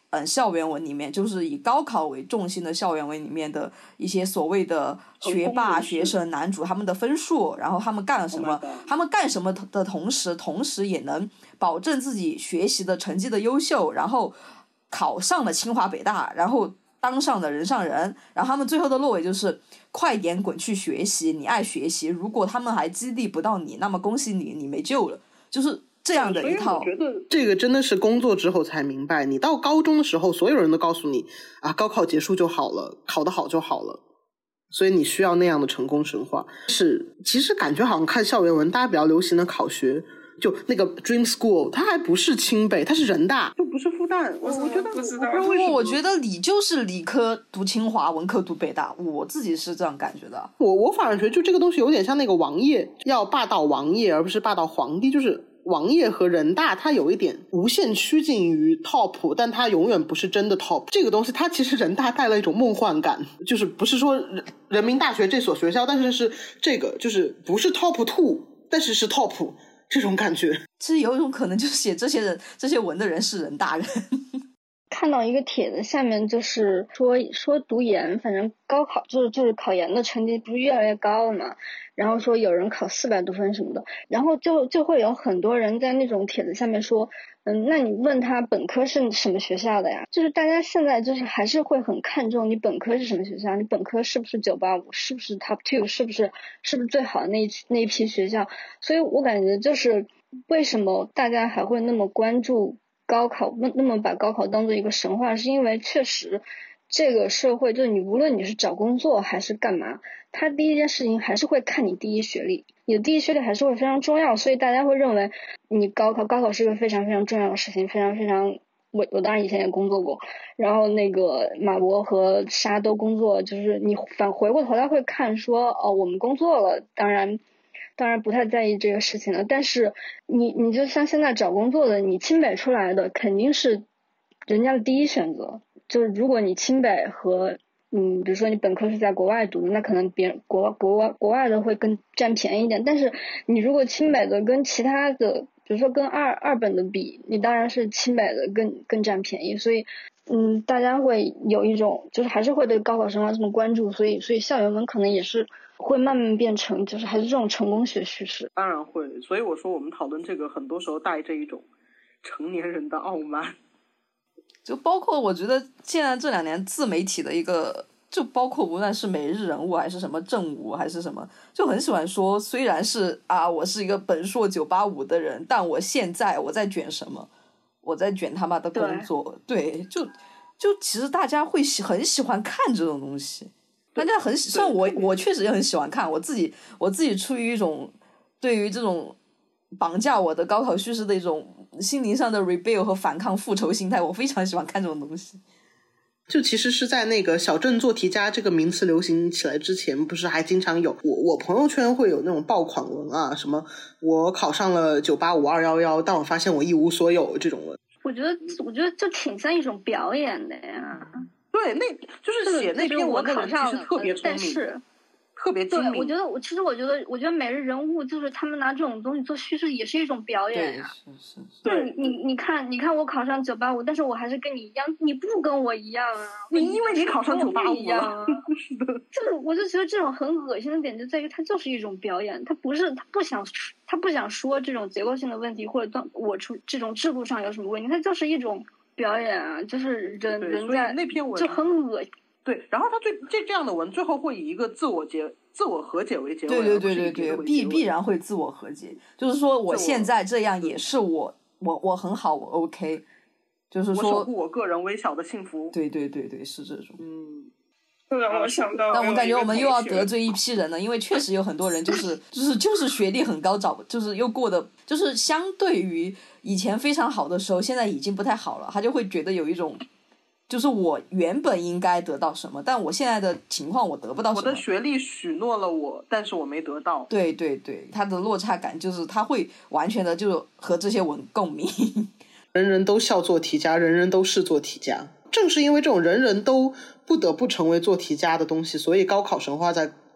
校园文里面，就是以高考为重心的校园文里面的一些所谓的学霸学生男主他们的分数，然后他们干了什么，他们干什么的同时也能保证自己学习的成绩的优秀，然后考上了清华北大，然后当上了人上人，然后他们最后的落尾就是快点滚去学习，你爱学习，如果他们还激励不到你，那么恭喜你，你没救了，就是这样的一套。 我觉得这个真的是工作之后才明白，你到高中的时候所有人都告诉你啊，高考结束就好了，考得好就好了，所以你需要那样的成功神话。其实感觉好像看校园文大家比较流行的考学，就那个 Dream School 它还不是清北，它是人大，就不是复旦。我觉得不知道， 我觉得理就是理科读清华，文科读北大，我自己是这样感觉的。 我反而觉得就这个东西有点像那个王爷，要霸道王爷而不是霸道皇帝，就是王爷和人大它有一点无限趋近于 top， 但它永远不是真的 top。 这个东西它其实人大带了一种梦幻感，就是不是说人民大学这所学校，但是是这个就是不是 top 2， 但是是 top 这种感觉。 其实有一种可能就是写这些文的人是人大人。 看到一个帖子下面就是说读研，反正高考就是考研的成绩不是越来越高了嘛，然后说有人考400多分什么的，然后就会有很多人在那种帖子下面说，那你问他本科是什么学校的呀？就是大家现在就是还是会很看重你本科是什么学校，你本科是不是985，是不是 top 2，是不是最好的那一批学校。所以我感觉就是为什么大家还会那么关注高考，那么把高考当做一个神话，是因为确实这个社会就是你无论你是找工作还是干嘛，他第一件事情还是会看你第一学历，你的第一学历还是会非常重要，所以大家会认为你高考是一个非常非常重要的事情，非常非常我当然以前也工作过，然后那个马博和沙都工作，就是你回过头来会看说我们工作了，当然不太在意这个事情了，但是你就像现在找工作的，你清北出来的肯定是人家的第一选择，就是如果你清北和比如说你本科是在国外读，那可能别人国外的会更占便宜一点，但是你如果清北的跟其他的比如说跟二本的比，你当然是清北的更占便宜，所以大家会有一种就是还是会对高考神话这么关注，所以校园文可能也是会慢慢变成就是还是这种成功学叙事。 当然会，所以我说我们讨论这个很多时候带着一种成年人的傲慢。 就包括我觉得现在这2年自媒体的一个，就包括无论是每日人物还是什么正午还是什么，就很喜欢说虽然是我是一个本硕985的人，但我现在我在卷什么，我在卷他妈的工作。对，就其实大家会很喜欢看这种东西，大家很像我确实也很喜欢看，我自己出于一种对于这种绑架我的高考叙事的一种心灵上的 rebel 和反抗复仇心态，我非常喜欢看这种东西。 就其实是在那个小镇做题家这个名词流行起来之前，不是还经常有我朋友圈会有那种爆款文啊，什么我考上了985、211，但我发现我一无所有这种文。 我觉得就挺像一种表演的呀。 对，那就是写那篇文的人其实特别聪明，特别精明。 对，我觉得每日人物就是他们拿这种东西做叙事也是一种表演呀。 对， 你看我考上985，但是我还是跟你一样，你不跟我一样啊。 因为你考上985 了。是的。就是我就觉得这种很恶心的点就在于它就是一种表演，他不想说这种结构性的问题或者我出这种制度上有什么问题，它就是一种表演啊，就是人在那篇文就很恶心。 对，然后他这样的文最后会以一个自我和解为结尾。 对，必然会自我和解，就是说我现在这样也是我很好，我 OK， 就是说我守护我个人微小的幸福。 对，是这种。 这让我想到， 但我感觉我们又要得罪一批人了，因为确实有很多人就是学历很高，就是又过得就是相对于以前非常好的时候，现在已经不太好了，他就会觉得有一种。就是我原本应该得到什么，但我现在的情况我得不到什么。 我的学历许诺了我，但是我没得到。 对，他的落差感就是他会完全的就和这些文共鸣。 人人都笑做题家，人人都是做题家。正是因为这种人人都不得不成为做题家的东西，所以高考神话在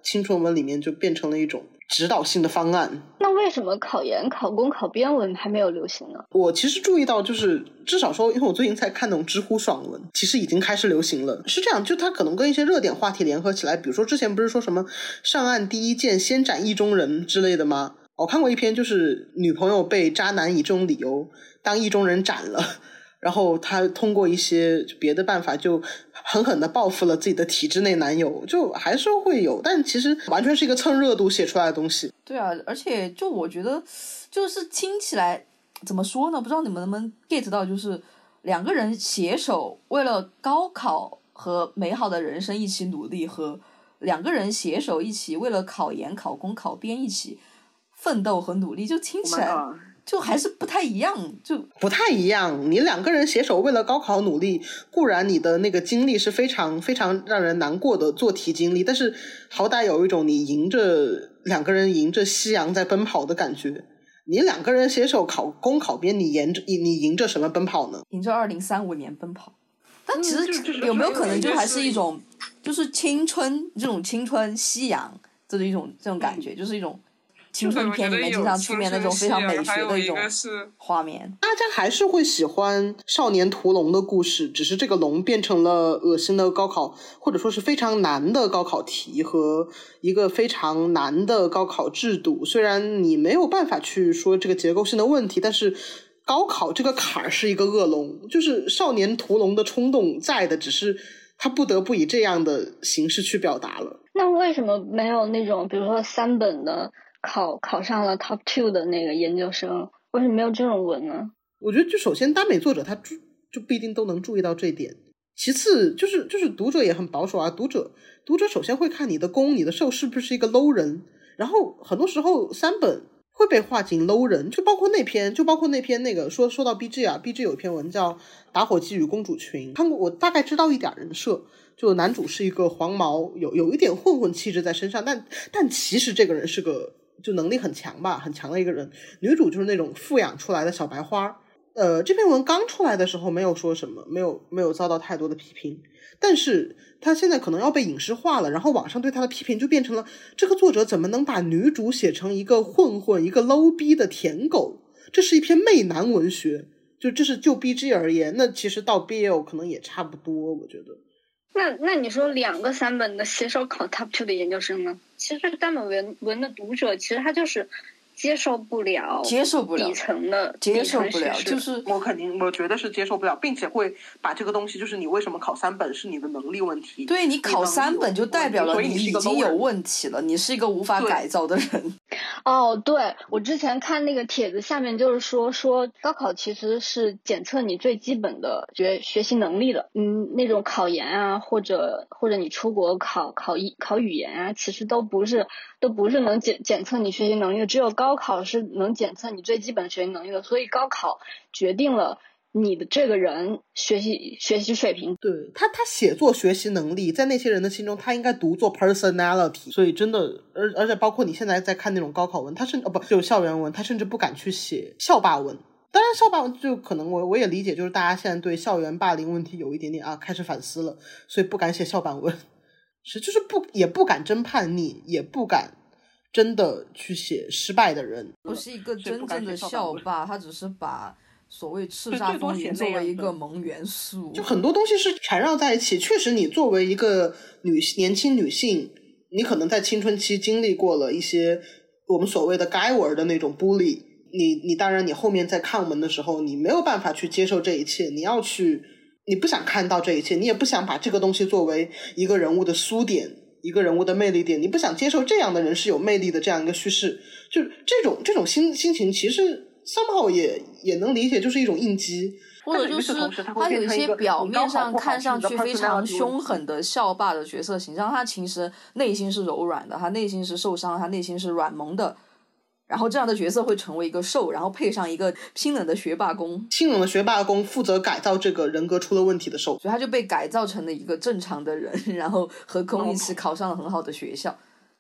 青春文里面就变成了一种指导性的方案。 那为什么考研、考公、考编文还没有流行呢？ 我其实注意到，就是至少说，因为我最近在看那种知乎爽文，其实已经开始流行了。是这样，就它可能跟一些热点话题联合起来，比如说之前不是说什么上岸第一件先斩意中人之类的吗？我看过一篇，就是女朋友被渣男以这种理由当意中人斩了，然后他通过一些别的办法就狠狠地报复了自己的体制内男友，就还是会有，但其实完全是一个蹭热度写出来的东西。 对啊，而且就我觉得就是听起来怎么说呢，不知道你们能不能 get 到，就是两个人携手为了高考和美好的人生一起努力，和两个人携手一起为了考研、考公、考编一起奋斗和努力，就听起来就还是不太一样，就不太一样。你两个人携手为了高考努力，固然你的那个经历是非常非常让人难过的做题经历，但是好歹有一种你两个人迎着夕阳在奔跑的感觉。你两个人携手考公考编，你迎着什么奔跑呢？ 迎着2035年奔跑。但其实有没有可能就还是一种就是青春，这种青春夕阳，这种感觉，就是一种青春片里面经常出现那种非常美学的一种画面。 大家还是会喜欢少年屠龙的故事，只是这个龙变成了恶心的高考，或者说是非常难的高考题和一个非常难的高考制度。虽然你没有办法去说这个结构性的问题，但是高考这个坎儿是一个恶龙，就是少年屠龙的冲动在的，只是他不得不以这样的形式去表达了。 那为什么没有那种比如说3本的考上了 top 2的那个研究生，为什么没有这种文呢？ 我觉得就首先耽美作者他就不一定都能注意到这一点，其次就是读者也很保守啊，读者首先会看你的攻，你的受是不是一个 low 人，然后很多时候3本会被划进 low 人，就包括那篇那个说到 BG 啊 ，BG 有一篇文叫打火机与公主群，看过，我大概知道一点人设，就男主是一个黄毛，有一点混混气质在身上，但其实这个人是个就能力很强吧，很强的一个人。女主就是那种富养出来的小白花。这篇文刚出来的时候没有说什么，没有遭到太多的批评，但是他现在可能要被影视化了，然后网上对他的批评就变成了这个作者怎么能把女主写成一个混混，一个 low 逼的舔狗，这是一篇媚男文学，就这是就 BG 而言，那其实到 BL 可能也差不多，我觉得。 那你说2个3本的携手考 top 2的研究生呢？其实耽美文的读者其实他就是接受不了底层的接受不了，就是我觉得是接受不了，并且会把这个东西，就是你为什么考3本是你的能力问题， 对，你考3本就代表了你已经有问题了，你是一个无法改造的人。 哦，对，我之前看那个帖子下面就是说高考其实是检测你最基本的学习能力的，那种考研啊，或者你出国考语言啊，其实都不是能检测你学习能力的，只有高考是能检测你最基本学习能力的，所以高考决定了你的这个人学习水平。 对，他写作学习能力在那些人的心中他应该读作 personality， 所以真的而且包括你现在在看那种高考文，他甚至就校园文，他甚至不敢去写校霸文。当然校霸文就可能我也理解，就是大家现在对校园霸凌问题有一点点开始反思了，所以不敢写校霸文，就是也不敢真叛逆，也不敢真的去写失败的人， 不是一个真正的校霸，他只是把所谓叱咤风云作为一个萌元素， 就很多东西是缠绕在一起。确实你作为一个年轻女性，你可能在青春期经历过了一些我们所谓的该文的那种 bully， 你当然你后面在看文的时候你没有办法去接受这一切，你不想看到这一切，你也不想把这个东西作为一个人物的苏点，一个人物的魅力点，你不想接受这样的人是有魅力的这样一个叙事，就这种心情其实somehow也能理解，就是一种应激， 或者就是他有一些表面上看上去非常凶狠的校霸的角色形象，他其实内心是柔软的，他内心是受伤，他内心是软萌的，然后这样的角色会成为一个受，然后配上一个清冷的学霸攻负责改造这个人格出了问题的受， 所以他就被改造成了一个正常的人，然后和攻一起考上了很好的学校。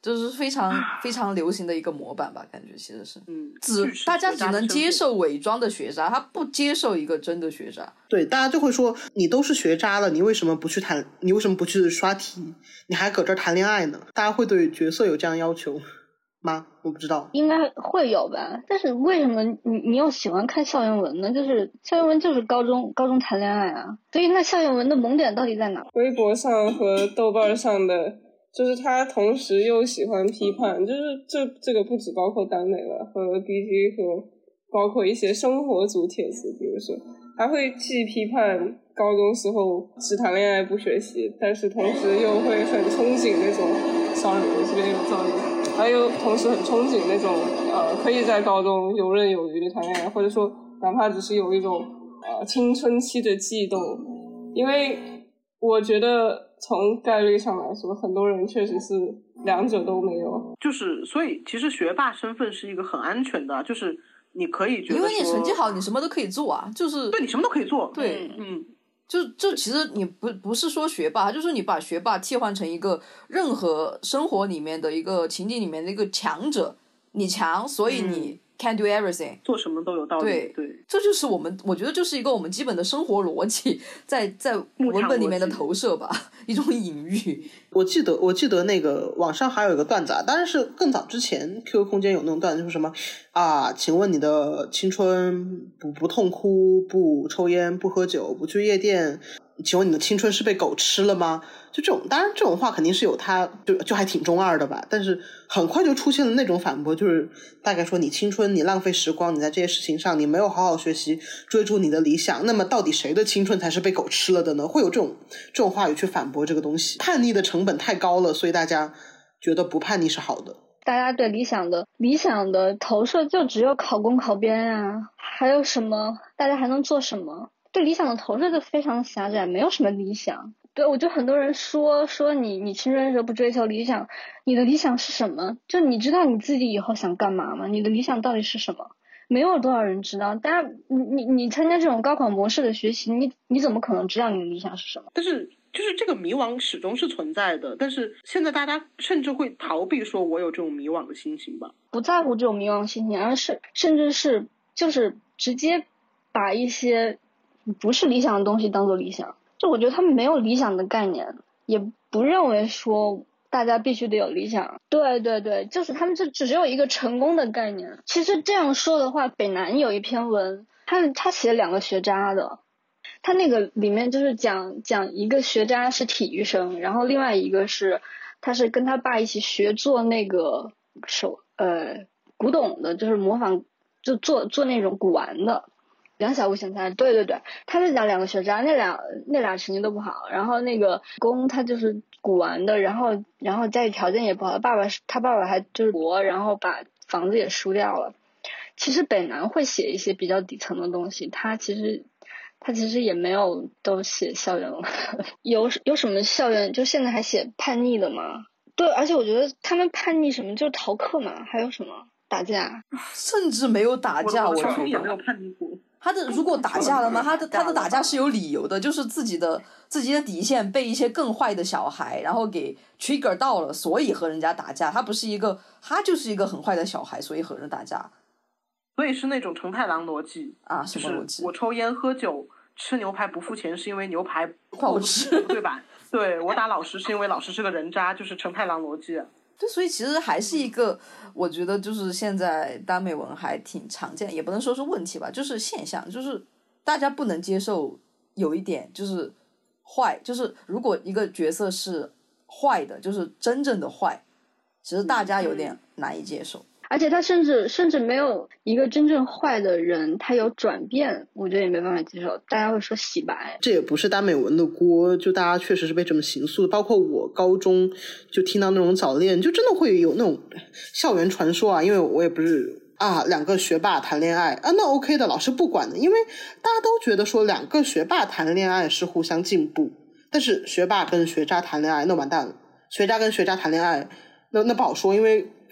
就是非常非常流行的一个模板吧，感觉其实是，大家只能接受伪装的学渣，他不接受一个真的学渣。 对，大家就会说你都是学渣了，你为什么不去刷题，你还搁这儿谈恋爱呢？大家会对角色有这样要求吗？我不知道， 应该会有吧。但是为什么你又喜欢看校园文呢？就是校园文就是高中谈恋爱啊，所以那校园文的萌点到底在哪？ 微博上和豆瓣上的，就是他同时又喜欢批判，就是这个不只包括耽美了，和 BG 和包括一些生活组帖子，比如说他会既批判高中时候只谈恋爱不学习，但是同时又会很憧憬那种，sorry， 我这边有噪音。还有同时很憧憬那种可以在高中游刃有余的谈恋爱，或者说哪怕只是有一种青春期的悸动。因为我觉得从概率上来说，很多人确实是两者都没有。 就是所以其实学霸身份是一个很安全的，就是你可以觉得因为你成绩好你什么都可以做啊，就是对，你什么都可以做。 对，就其实你不是说学霸，就是你把学霸替换成一个任何生活里面的一个情景里面的一个强者，你强，所以你 can do everything， 做什么都有道理。对， 这就是我觉得就是一个我们基本的生活逻辑在文本里面的投射吧，一种隐喻。 我记得那个网上还有一个段子啊，当然是更早之前 QQ 空间有那种段子，就是什么啊，请问你的青春不痛哭，不抽烟，不喝酒，不去夜店，请问你的青春是被狗吃了吗？就这种，当然这种话肯定是有它就还挺中二的吧，但是很快就出现了那种反驳，就是大概说你青春，你浪费时光，你在这些事情上你没有好好学习，追逐你的理想，那么到底谁的青春才是被狗吃了的呢？会有这种话语去反驳这个东西。叛逆的成本太高了，所以大家觉得不叛逆是好的。 大家对理想的投射就只有考公考编啊，还有什么？大家还能做什么？对理想的投射就非常狭窄，没有什么理想。对，我就很多人说你青春的时候不追求理想，你的理想是什么？就你知道你自己以后想干嘛吗？你的理想到底是什么？没有多少人知道。大家你参加这种高考模式的学习，你怎么可能知道你的理想是什么？ 但是就是这个迷惘始终是存在的，但是现在大家甚至会逃避说我有这种迷惘的心情吧， 不在乎这种迷惘心情，而是甚至是就是直接把一些不是理想的东西当做理想。就我觉得他们没有理想的概念，也不认为说大家必须得有理想。对对对，就是他们就只有一个成功的概念。其实这样说的话，北南有一篇文，他写2个学渣的，他那个里面就是讲一个学渣是体育生，然后另外一个是他是跟他爸一起学做那个古董的，就是模仿就做那种古玩的。两小无相差，对对对，他是讲2个学渣，那俩成绩都不好，然后那个公他就是古玩的，然后家里条件也不好，他爸爸还就是博，然后把房子也输掉了。其实北南会写一些比较底层的东西，他其实也没有都写校园文有什么校园就现在还写叛逆的吗？对，而且我觉得他们叛逆什么就是逃课嘛，还有什么打架， 甚至没有打架，我觉得也没有叛逆过。 他的如果打架了吗？他的打架是有理由的，就是自己的底线被一些更坏的小孩然后给 trigger 到了，所以和人家打架。他就是一个很坏的小孩，所以和人打架。 所以是那种承太郎逻辑啊？什么逻辑？ 我抽烟喝酒吃牛排不付钱，是因为牛排不好吃， 对吧？对，我打老师是因为老师是个人渣，就是承太郎逻辑。 对，所以其实还是一个，我觉得就是现在耽美文还挺常见，也不能说是问题吧，就是现象，就是大家不能接受有一点就是坏，就是如果一个角色是坏的，就是真正的坏，其实大家有点难以接受。 而且他甚至没有一个真正坏的人，他有转变，我觉得也没办法接受。大家会说洗白， 这也不是耽美文的锅，就大家确实是被这么形塑。包括我高中就听到那种早恋，就真的会有那种校园传说啊，因为我也不是2个学霸谈恋爱啊，那 OK 的，老师不管的，因为大家都觉得说2个学霸谈恋爱是互相进步，但是学霸跟学渣谈恋爱那完蛋了，学渣跟学渣谈恋爱那不好说，因为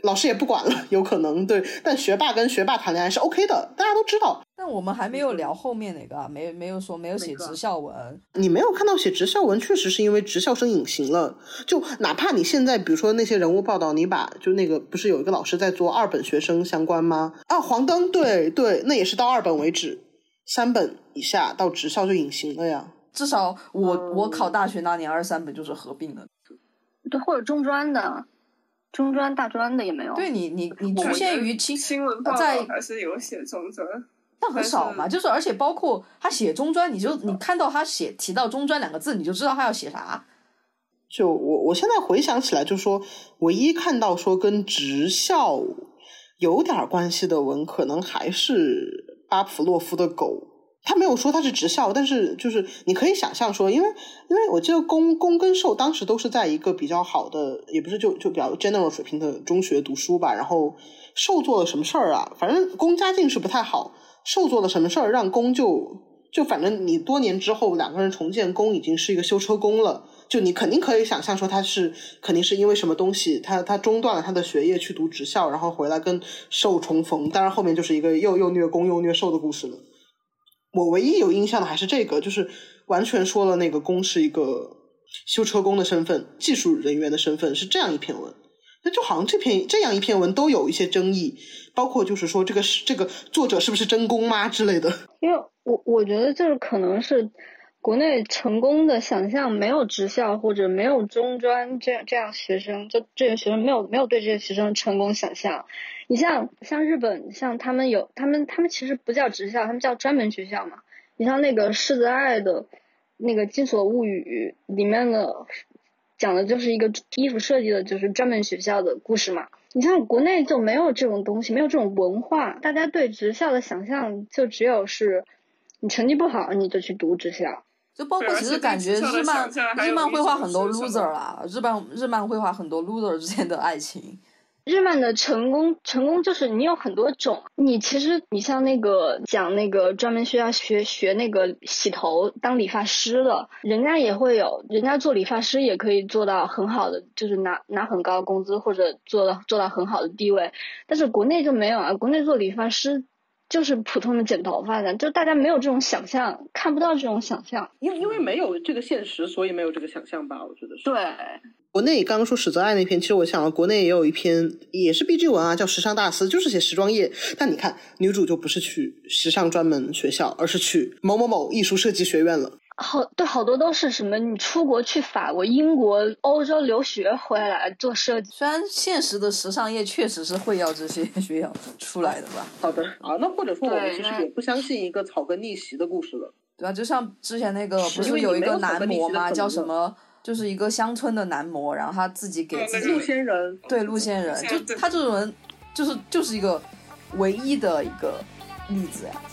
老师也不管了，有可能对，但学霸跟学霸谈恋爱是 OK 的，大家都知道。 但我们还没有聊后面那个，没有写职校文。 你没有看到写职校文，确实是因为职校生隐形了。就哪怕你现在比如说那些人物报道，你把就那个不是有一个老师在做2本学生相关吗？啊，黄灯，对对，那也是到2本为止，3本以下到职校就隐形了呀。 至少我考大学那年2、3本就是合并的。 对，或者中专的。中专大专的也没有。 对你局限于新闻报道还是有写中专， 但很少嘛。就是而且包括他写中专，你看到他提到中专2个字，你就知道他要写啥。 就我现在回想起来，就是说唯一看到说跟职校有点关系的文，可能还是巴甫洛夫的狗。他没有说他是职校，但是就是你可以想象说，因为我记得公跟受当时都是在一个比较好的，也不是就比较 general 水平的中学读书吧。然后受做了什么事儿啊？反正公家境是不太好，受做了什么事儿让公就反正你多年之后2个人重建，公已经是一个修车工了。就你肯定可以想象说他肯定是因为什么东西他中断了他的学业去读职校，然后回来跟受重逢。当然后面就是一个又虐公又虐受的故事了。我唯一有印象的还是这个，就是完全说了那个公是一个修车工的身份，技术人员的身份，是这样一篇文。那就好像这样一篇文都有一些争议，包括就是说这个作者是不是真公吗之类的。 因为我觉得这可能是国内成功的想象没有职校或者没有中专这样学生，就这些学生没有对这些学生成功想象。你像日本，像他们其实不叫职校，他们叫专门学校嘛。你像那个柿子爱的那个《金锁物语》里面的讲的就是一个衣服设计的就是专门学校的故事嘛。你像国内就没有这种东西，没有这种文化，大家对职校的想象就只有是你成绩不好你就去读职校。 就包括其实感觉日漫绘画很多 loser 啦，日漫绘画很多 loser 之间的爱情。 日漫的成功就是你有很多种，你其实你像那个讲那个专门需要学那个洗头当理发师的，人家也会有，人家做理发师也可以做到很好的，就是拿很高的工资或者做到很好的地位，但是国内就没有啊，国内做理发师就是普通的剪头发的，就大家没有这种想象，看不到这种想象， 因为没有这个现实，所以没有这个想象吧，我觉得是。 对。 国内刚刚说史泽爱那篇，其实我想了，国内也有一篇也是 BG 文啊，叫时尚大师，就是写时装业。但你看女主就不是去时尚专门学校，而是去某某某艺术设计学院了。 好多都是什么你出国去法国、英国、欧洲留学回来做设计。 虽然现实的时尚业确实是会要这些学校出来的吧。 好的啊，那或者说我们其实也不相信一个草根逆袭的故事了。 对啊，就像之前那个不是有一个男模吗？叫什么？就是一个乡村的男模，然后他自己给自己陆仙人， 对陆仙人，就他这种人就是一个唯一的一个例子呀。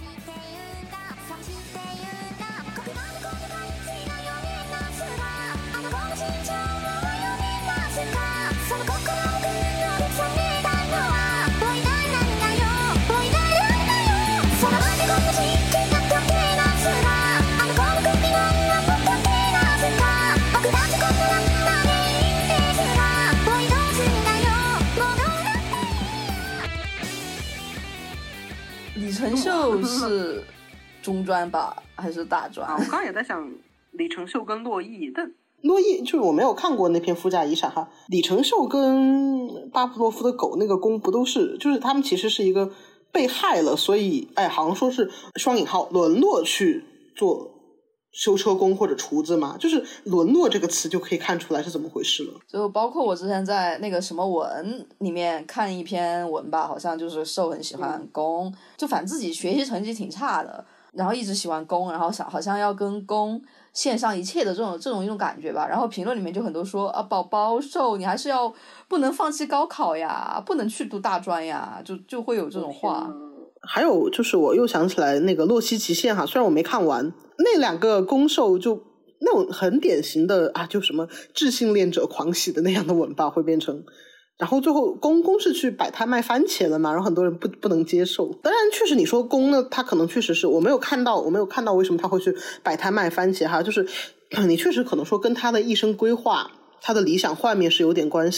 李承秀是中专吧，还是大专？ 我刚刚也在想李承秀跟洛毅，但洛毅就是我没有看过那篇夫家遗产哈。李承秀跟巴甫洛夫的狗那个公不都是，就是他们其实是一个被害了，所以好像说是双引号沦落去做修车工或者厨子嘛，就是沦落这个词就可以看出来是怎么回事了。 就包括我之前在那个什么文里面看一篇文吧，好像就是受很喜欢工，就反正自己学习成绩挺差的，然后一直喜欢工，然后好像要跟工献上一切的这种一种感觉吧。然后评论里面就很多说啊，宝宝受你还是要不能放弃高考呀，不能去读大专呀，就会有这种话。 还有就是我又想起来那个洛希极限哈，虽然我没看完，那2个攻受就那种很典型的啊，就什么智性恋者狂喜的那样的文吧会变成，然后最后公是去摆摊卖番茄了嘛，然后很多人不能接受。当然确实你说公呢，他可能确实是我没有看到为什么他会去摆摊卖番茄哈，就是你确实可能说跟他的一生规划他的理想幻灭是有点关系的。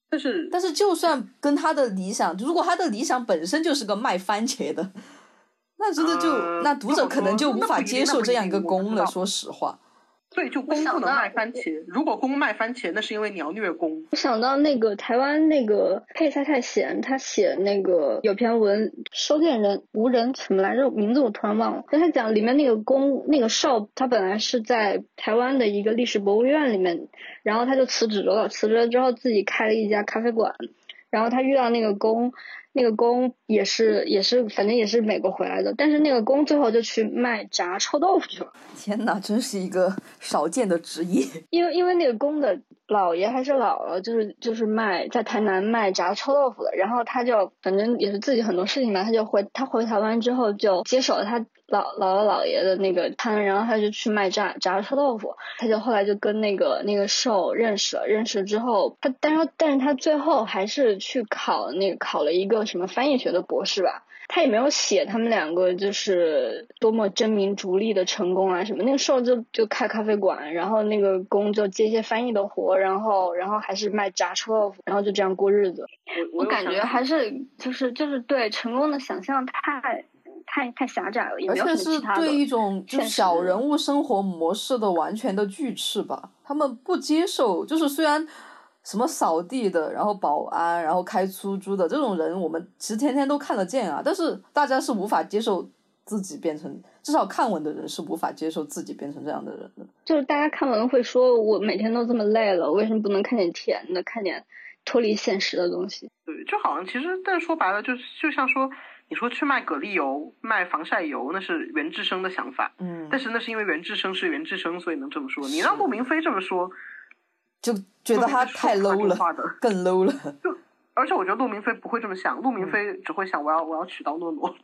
但是就算跟他的理想，如果他的理想本身就是个卖番茄的，那真的那读者可能就无法接受这样一个攻了，说实话。 所以就公不能卖番茄，如果公卖番茄，那是因为你要虐公。 我想到那个台湾那个佩蔡太贤，他写那个有篇文收件人无人什么来着，名字我突然忘了。但他讲里面那个公那个少，他本来是在台湾的一个历史博物院里面，然后他就辞职了之后自己开了一家咖啡馆，然后他遇到那个公也是反正也是美国回来的，但是那个公最后就去卖炸臭豆腐去了。 天哪，真是一个少见的职业。 因为那个公的姥爷还是姥姥，就是卖在台南卖炸臭豆腐的，然后他就反正也是自己很多事情嘛，他回台湾之后就接手了他姥姥姥爷的那个摊，然后他就去卖炸臭豆腐，他就后来就跟那个寿认识了之后，但是他最后还是去考了一个什么翻译学的博士吧。他也没有写他们两个就是多么争名逐利的成功啊什么，那个寿就开咖啡馆，然后那个公就接一些翻译的活，然后还是卖炸臭豆腐，然后就这样过日子。我感觉还是就是对成功的想象太狭窄了，也没有什么其他的。 而且是对一种就小人物生活模式的完全的拒斥吧，他们不接受，就是虽然什么扫地的，然后保安，然后开出租的这种人我们其实天天都看得见啊，但是大家是无法接受自己变成，至少看文的人是无法接受自己变成这样的人的。 就是大家看文会说我每天都这么累了，为什么不能看点甜的，看点脱离现实的东西。 对，就好像其实但说白了就像说你说去卖蛤蜊油卖防晒油，那是袁志生的想法，但是那是因为袁志生是袁志生所以能这么说，你让陆明飞这么说就觉得他太 low 了，更 low 了。 而且我觉得陆明飞不会这么想，陆明飞只会想我要取刀诺诺。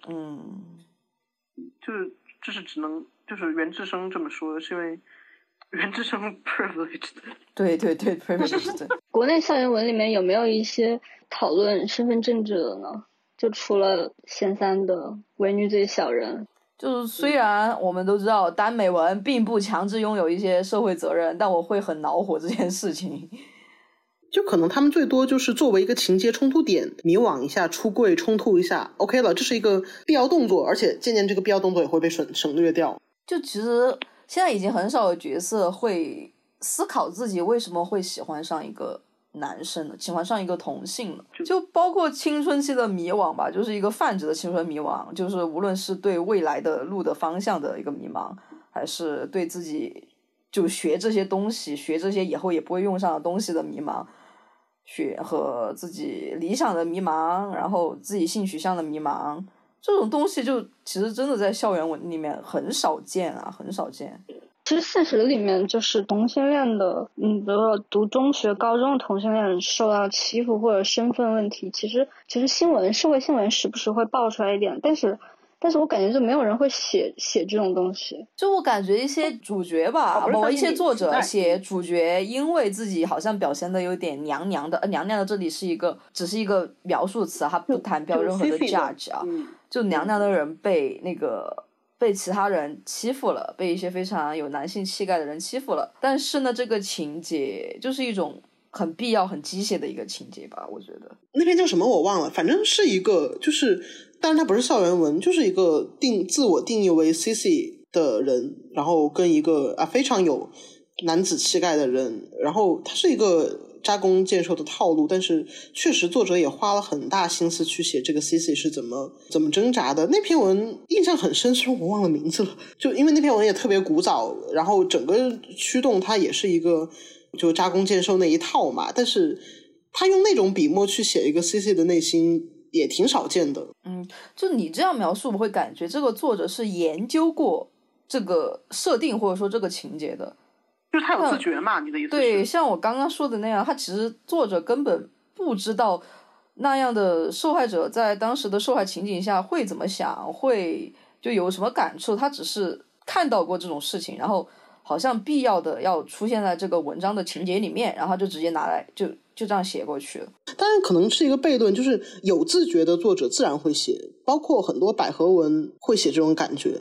就是这是只能就是袁志生这么说，是因为袁志生 privileged。 对 privileged。 国内校园文里面有没有一些讨论身份政治的呢？就除了闲三的伪女贼小人。 就是虽然我们都知道耽美文并不强制拥有一些社会责任，但我会很恼火这件事情。 就可能他们最多就是作为一个情节冲突点，迷惘一下，出柜冲突一下 OK 了，这是一个必要动作，而且渐渐这个必要动作也会被省略掉。 就其实现在已经很少有角色会思考自己为什么会喜欢上一个男生了，喜欢上一个同性了，就包括青春期的迷惘吧，就是一个泛指的青春迷惘，就是无论是对未来的路的方向的一个迷茫，还是对自己就学这些东西，学这些以后也不会用上的东西的迷茫，学和自己理想的迷茫，然后自己性取向的迷茫，这种东西就其实真的在校园文里面很少见啊，很少见。 其实现实里面就是同性恋的，比如说读中学高中的同性恋受到欺负或者身份问题，其实社会新闻时不时会爆出来一点，但是我感觉就没有人会写这种东西。 就我感觉一些主角吧，一些作者写主角因为自己好像表现的有点娘娘的，娘娘的这里只是一个描述词，它不谈标任何的 judge 啊，就娘娘的人被其他人欺负了，被一些非常有男性气概的人欺负了，但是呢这个情节就是一种很必要很机械的一个情节吧，我觉得。 那篇叫什么我忘了，反正是一个就是当然它不是校园文，就是一个自我定义为 CC 的人，然后跟一个非常有男子气概的人，然后它是一个扎弓箭受的套路，但是确实作者也花了很大心思去写这个 CC 是怎么挣扎的。那篇文印象很深，虽然我忘了名字了，就因为那篇文也特别古早，然后整个驱动它也是一个就扎弓箭受那一套嘛，但是他用那种笔墨去写一个 CC 的内心也挺少见的。 就你这样描述我会感觉这个作者是研究过这个设定或者说这个情节的， 就是他有自觉嘛，你的意思是？ 对，像我刚刚说的那样，他其实作者根本不知道那样的受害者在当时的受害情景下会怎么想，会就有什么感触，他只是看到过这种事情，然后好像必要的要出现在这个文章的情节里面，然后就直接拿来就这样写过去了。 当然可能是一个悖论，就是有自觉的作者自然会写，包括很多百合文会写这种感觉，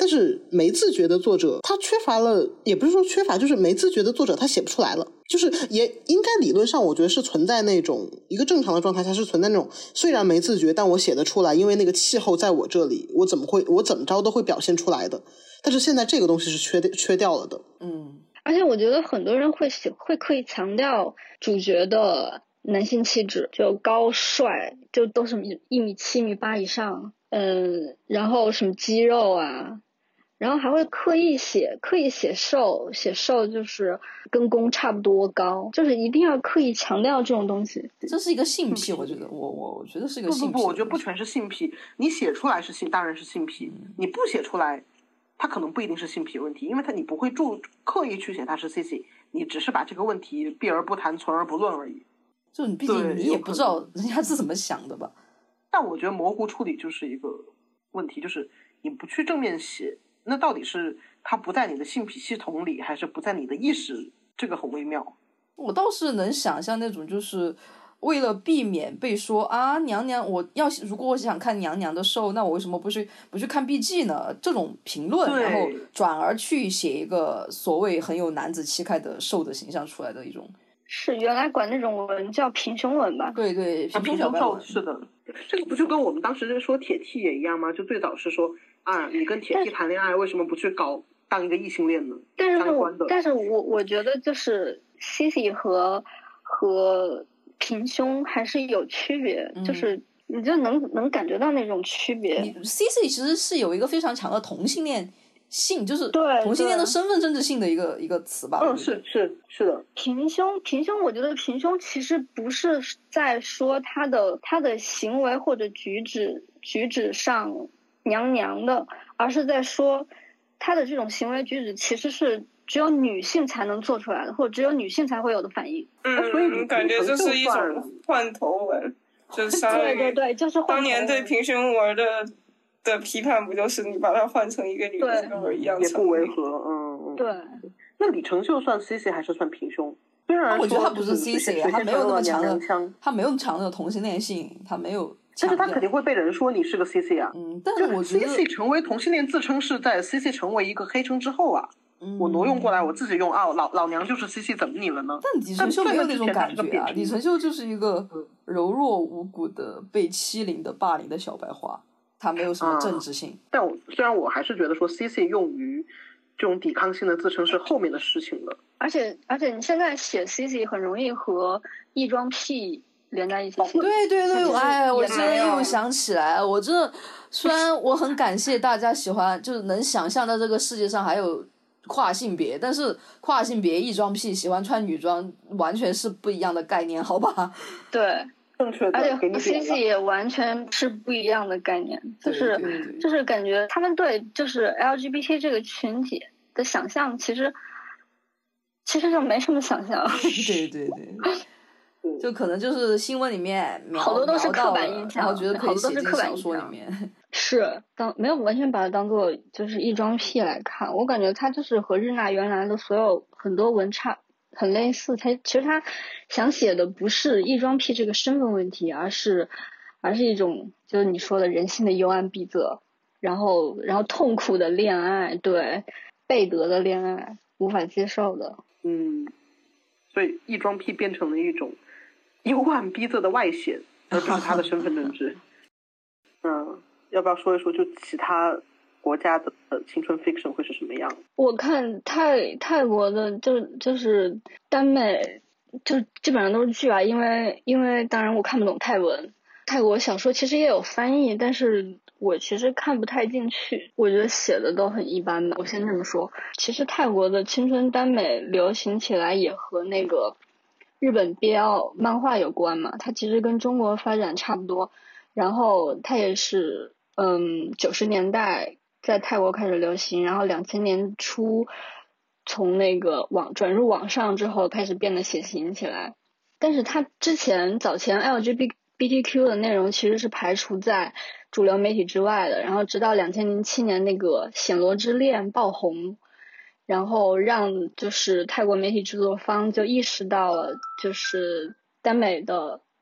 但是没自觉的作者他缺乏了，也不是说缺乏，就是没自觉的作者他写不出来了，就是也应该理论上我觉得是存在那种一个正常的状态下是存在那种虽然没自觉但我写得出来，因为那个气候在我这里，我怎么着都会表现出来的，但是现在这个东西是缺掉了的。 而且我觉得很多人会刻意强调主角的男性气质，就高帅，就都是1.7米、1.8米以上，然后什么肌肉啊，然后还会刻意写瘦就是跟公差不多高，就是一定要刻意强调这种东西。 这是一个性癖，我觉得我觉得是一个性癖。 不，我觉得不全是性癖，你写出来当然是性癖，你不写出来它可能不一定是性癖问题，因为你不会刻意去写它是 CC， 你只是把这个问题避而不谈存而不论而已。 就你毕竟你也不知道人家是怎么想的吧。 但我觉得模糊处理就是一个问题，就是你不去正面写，那到底是它不在你的性癖系统里，还是不在你的意识，这个很微妙。 我倒是能想象那种就是为了避免被说啊娘娘，如果我想看娘娘的瘦，那我为什么不去看 BG 呢？这种评论，然后转而去写一个所谓很有男子气概的瘦的形象出来的一种。 是原来管那种文叫平胸文吧？ 对， 平胸瘦是的。这个不就跟我们当时说铁 T 也一样吗？就最早是说啊，你跟铁 T 谈恋爱，为什么不去当一个异性恋呢？ 但是我觉得就是 CC 和平胸还是有区别，就是你就能感觉到那种区别。 CC 其实是有一个非常强的同性恋性，就是同性恋的身份政治性的一个词吧。 是的。 平胸，我觉得平胸其实不是在说他的行为或者举止上娘娘的，而是在说他的这种行为举止其实是只有女性才能做出来的，或者只有女性才会有的反应。 所以感觉这是一种换头文，就是相当于对，就是当年对平胸文的批判，不就是你把它换成一个女的跟我一样， 也不违和。 对。 那李承秀算 CC 还是算平胸？虽然我觉得他不是 CC， 他没有那么强的，他没有强的同性恋性，他没有。 但是他肯定会被人说你是个 CC 啊。 但是我觉得 CC 成为同性恋自称是在 CC 成为一个黑称之后啊。我挪用过来，我自己用啊，老娘就是 CC， 怎么你了呢？ 但李承秀没有那种感觉啊，李承秀就是一个柔弱无骨的被欺凌的霸凌的小白花，他没有什么政治性。 但虽然我还是觉得说 CC 用于这种抵抗性的自称是后面的事情了。 而且你现在写 CC 很容易和异装癖连在一起。 对，我真的又想起来，我真的虽然我很感谢大家喜欢，就是能想象到这个世界上还有跨性别，但是跨性别异装癖喜欢穿女装完全是不一样的概念，好吧？ 对， 正确的， 而且和 CC 也完全是不一样的概念，就是感觉他们对就是 LGBT 这个群体的想象其实就没什么想象。 对，就可能就是新闻里面好多都是刻板印象， 然后觉得可以写进小说里面。 是没有完全把它当做就是异装癖来看，我感觉它就是和日娜原来的所有很多文差很类似。其实他想写的不是异装癖这个身份问题，而是一种就是你说的人性的幽暗闭塞，然后痛苦的恋爱，对，背德的恋爱，无法接受的。 所以异装癖变成了一种幽暗逼仄的外显，而不是他的身份政治。要不要说一说就其他国家的青春 fiction 会是什么样？ 我看泰国的就是耽美，就基本上都是剧啊，因为当然我看不懂泰文，泰国小说其实也有翻译，但是我其实看不太进去，我觉得写的都很一般吧。我先这么说，其实泰国的青春耽美流行起来也和那个日本 BL 漫画有关嘛，它其实跟中国发展差不多，然后它也是90年代在泰国开始流行，然后2000年初从那个转入网上之后开始变得血腥起来。但是它早前 LGBTQ 的内容其实是排除在主流媒体之外的，然后直到2007年那个暹罗之恋爆红，然后让就是泰国媒体制作方就意识到了就是耽美的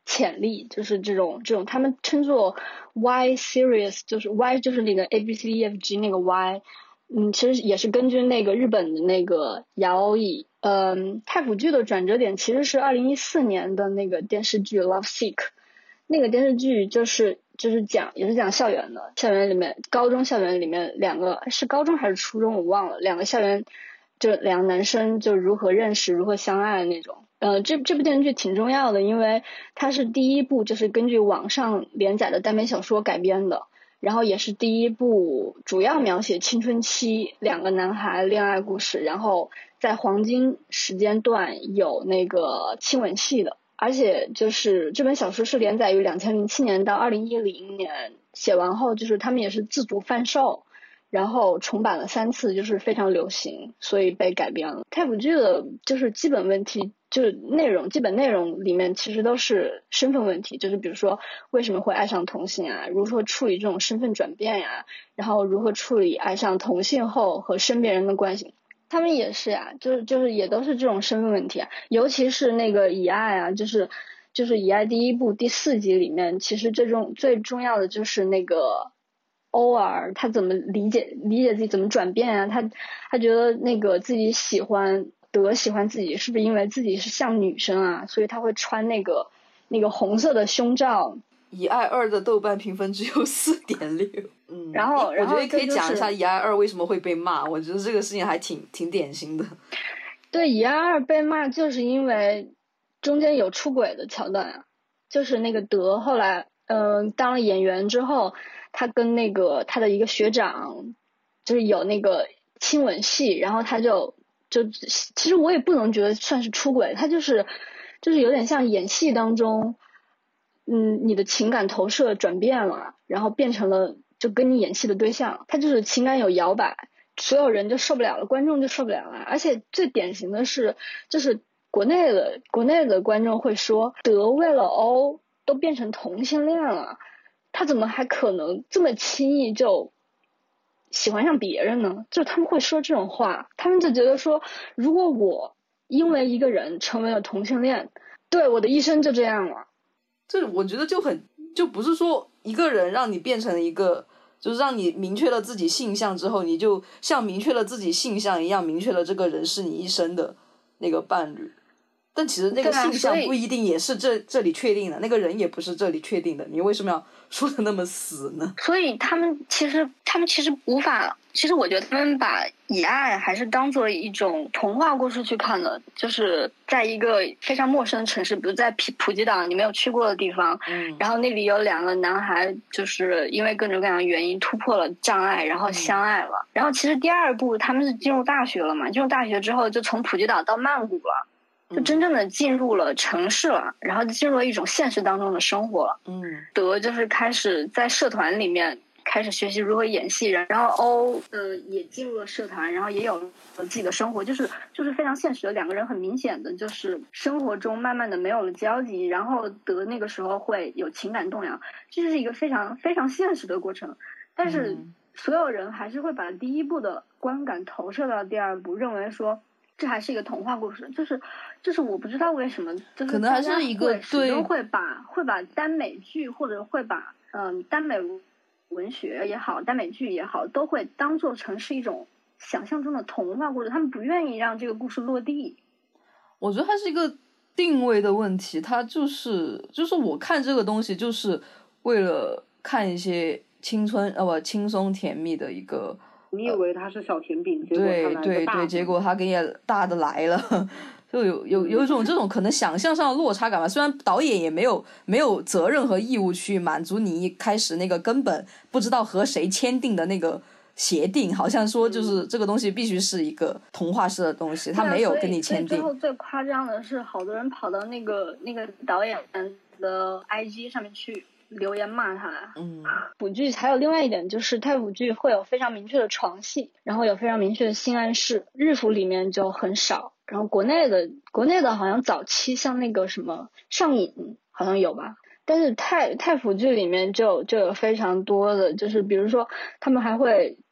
潜力，就是这种他们称作 Y series， 就是 Y 就是那个 ABCDEFG 那个 Y， 其实也是根据那个日本的那个摇椅。太腐剧的转折点其实是2014年的那个电视剧 Love Sick， 那个电视剧就是也是讲校园的，高中校园里面两个是高中还是初中我忘了，两个校园就两个男生就如何认识如何相爱的那种。这部电视剧挺重要的，因为它是第一部就是根据网上连载的耽美小说改编的，然后也是第一部主要描写青春期两个男孩恋爱故事，然后在黄金时间段有那个亲吻戏的。而且就是这本小说是连载于2007年到2010年，写完后就是他们也是自主贩售，然后重版了3次，就是非常流行，所以被改编了。太腐剧的就是基本问题，就是基本内容里面其实都是身份问题，就是比如说为什么会爱上同性啊，如何处理这种身份转变呀，然后如何处理爱上同性后和身边人的关系。他们也是啊，就是也都是这种身份问题啊，尤其是那个以爱啊，就是以爱第一部第4集里面，其实最重要的就是那个欧儿他怎么理解自己怎么转变啊，他觉得那个自己喜欢自己是不是因为自己是像女生啊，所以他会穿那个红色的胸罩。 以爱2的豆瓣评分只有4.6。 然后我觉得可以讲一下以爱2为什么会被骂，我觉得这个事情还挺典型的。 对，以爱2被骂就是因为中间有出轨的桥段啊，就是那个德后来当了演员之后，他跟那个他的一个学长就是有那个亲吻戏，然后他就其实我也不能觉得算是出轨，他就是有点像演戏当中你的情感投射转变了，然后变成了就跟你演戏的对象，他就是情感有摇摆，所有人就受不了了，观众就受不了了。而且最典型的是就是国内的观众会说，德为了欧都变成同性恋了，他怎么还可能这么轻易就喜欢上别人呢？就他们会说这种话，他们就觉得说，如果我因为一个人成为了同性恋，对我的一生就这样了。 这我觉得就不是说一个人让你变成一个，就是让你明确了自己性向之后，你就像明确了自己性向一样，明确了这个人是你一生的那个伴侣。但其实那个性向不一定也是这里确定的，那个人也不是这里确定的，你为什么要说的那么死呢？ 所以他们其实无法，其实我觉得他们把以爱还是当做一种童话故事去看的，就是在一个非常陌生的城市，比如在普吉岛你没有去过的地方，然后那里有2个男孩就是因为各种各样的原因突破了障碍，然后相爱了。然后其实第2部他们是进入大学了嘛，进入大学之后就从普吉岛到曼谷了，就真正的进入了城市了，然后就进入了一种现实当中的生活了。德就是开始在社团里面开始学习如何演戏，然后欧也进入了社团，然后也有了自己的生活，就是非常现实的2个人，很明显的就是生活中慢慢的没有了交集，然后德那个时候会有情感动摇，这是一个非常非常现实的过程。但是所有人还是会把第1部的观感投射到第2部，认为说这还是一个童话故事，就是我不知道为什么，就是可能还是一个始终会把耽美剧或者会把耽美文学也好，耽美剧也好，都会当做成是一种想象中的童话故事，他们不愿意让这个故事落地。 我觉得它是一个定位的问题，它就是我看这个东西就是为了看一些轻松甜蜜的一个。 你以为它是小甜饼，结果对它来个大的， 结果它给你大的来了，就有一种这种可能想象上的落差感吧。虽然导演也没有责任和义务去满足你一开始那个根本不知道和谁签订的那个协定，好像说就是这个东西必须是一个童话式的东西，他没有跟你签订。 最后最夸张的是，好多人跑到那个导演的 IG 上面去留言骂他。腐剧还有另外一点就是太腐剧会有非常明确的床戏，然后有非常明确的性暗示，日腐里面就很少。然后国内的好像早期像那个什么上瘾好像有吧，但是太腐剧里面就有非常多的，就是比如说他们还会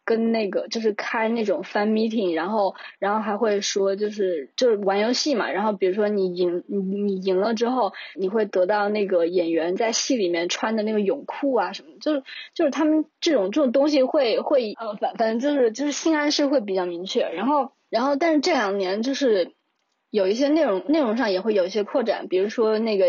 跟那个就是开那种 fan meeting， 然后还会说就是玩游戏嘛，然后比如说你赢了之后，你会得到那个演员在戏里面穿的那个泳裤啊什么，就是他们这种东西会反正就是性暗示会比较明确，然后但是这2年就是有一些内容上也会有一些扩展，比如说那个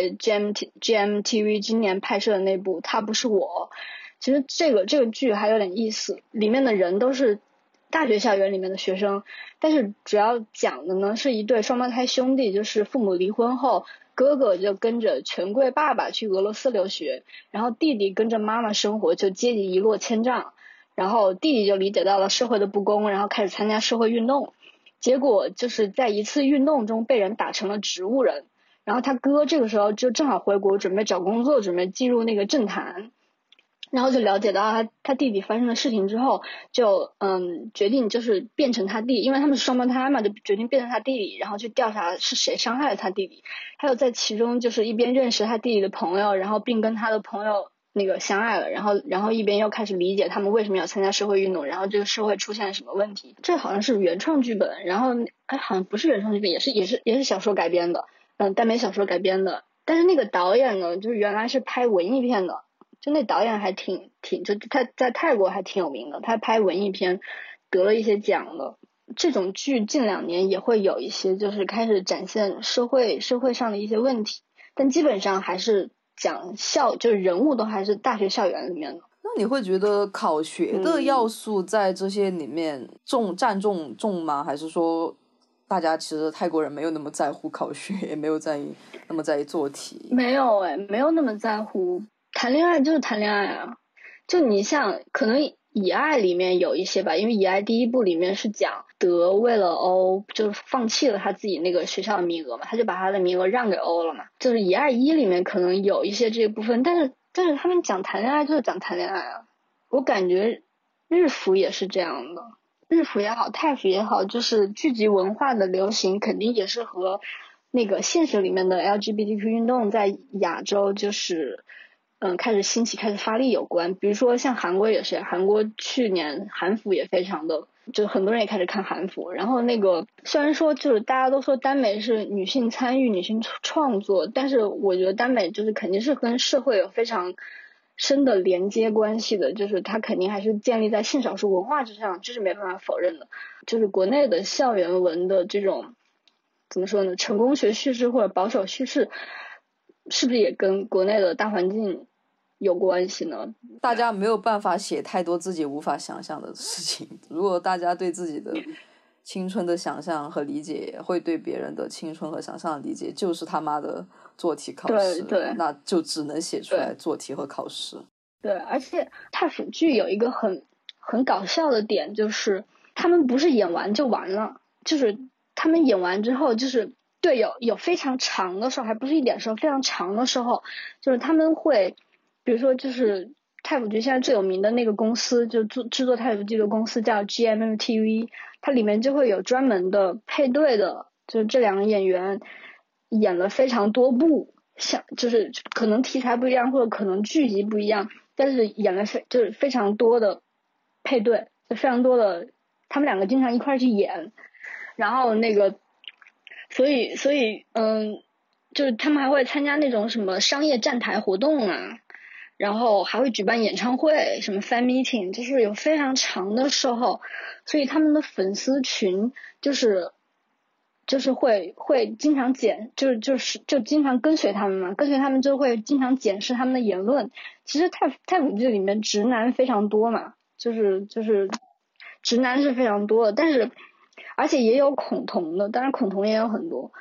GMTV 今年拍摄的那部他不是我，其实这个剧还有点意思，里面的人都是大学校园里面的学生，但是主要讲的呢是一对双胞胎兄弟，就是父母离婚后，哥哥就跟着权贵爸爸去俄罗斯留学，然后弟弟跟着妈妈生活，就阶级一落千丈，然后弟弟就理解到了社会的不公，然后开始参加社会运动，结果就是在一次运动中被人打成了植物人，然后他哥这个时候就正好回国准备找工作，准备进入那个政坛，然后就了解到他弟弟发生的事情之后，就决定就是变成他弟，因为他们是双胞胎嘛，就决定变成他弟弟，然后去调查是谁伤害了他弟弟，还有在其中就是一边认识他弟弟的朋友，然后并跟他的朋友那个相爱了，然后一边又开始理解他们为什么要参加社会运动，然后这个社会出现了什么问题。这好像是原创剧本，然后好像不是原创剧本，也是小说改编的，耽美小说改编的。但是那个导演呢，就是原来是拍文艺片的，就那导演还挺就他在泰国还挺有名的，他拍文艺片得了一些奖的。这种剧近2年也会有一些就是开始展现社会上的一些问题，但基本上还是讲就是人物都还是大学校园里面的。 那你会觉得考学的要素在这些里面占重吗？还是说大家其实泰国人没有那么在乎考学，也没有那么在意做题？ 没有没有那么在乎，谈恋爱就是谈恋爱啊。就你像可能以爱里面有一些吧，因为以爱第一部里面是讲德为了欧就是放弃了他自己那个学校的名额嘛，他就把他的名额让给欧了嘛，就是以爱一里面可能有一些这部分，但是他们讲谈恋爱就是讲谈恋爱啊。我感觉日服也是这样的，日服也好泰服也好，就是剧集文化的流行肯定也是和那个现实里面的 LGBTQ 运动在亚洲就是开始兴起开始发力有关。比如说像韩国也是，韩国去年韩服也非常的，就很多人也开始看韩服。然后那个虽然说就是大家都说耽美是女性参与女性创作，但是我觉得耽美就是肯定是跟社会有非常深的连接关系的，就是它肯定还是建立在性少数文化之上，这是没办法否认的。就是国内的校园文的这种怎么说呢，成功学叙事或者保守叙事是不是也跟国内的大环境有关系呢？ 大家没有办法写太多自己无法想象的事情，如果大家对自己的青春的想象和理解会对别人的青春和想象的理解就是他妈的做题考试， 对， 那就只能写出来做题和考试。 对，而且泰腐剧有一个很搞笑的点，就是他们不是演完就完了，就是他们演完之后就是对有非常长的时候，还不是一点时候，非常长的时候，就是他们会比如说就是泰腐剧现在最有名的那个公司，就制作泰腐剧的公司叫 GMMTV， 它里面就会有专门的配对的，就是这2个演员演了非常多部，像就是可能题材不一样或者可能剧集不一样，但是演了就是非常多的配对，就非常多的他们2个经常一块去演，然后那个所以就是他们还会参加那种什么商业站台活动啊，然后还会举办演唱会，什么 fan meeting， 就是有非常长的售后，所以他们的粉丝群就是会经常就经常跟随他们嘛，跟随他们就会经常检视他们的言论。其实泰腐剧里面直男非常多嘛，就是直男是非常多的，但是而且也有恐同的，当然恐同也有很多，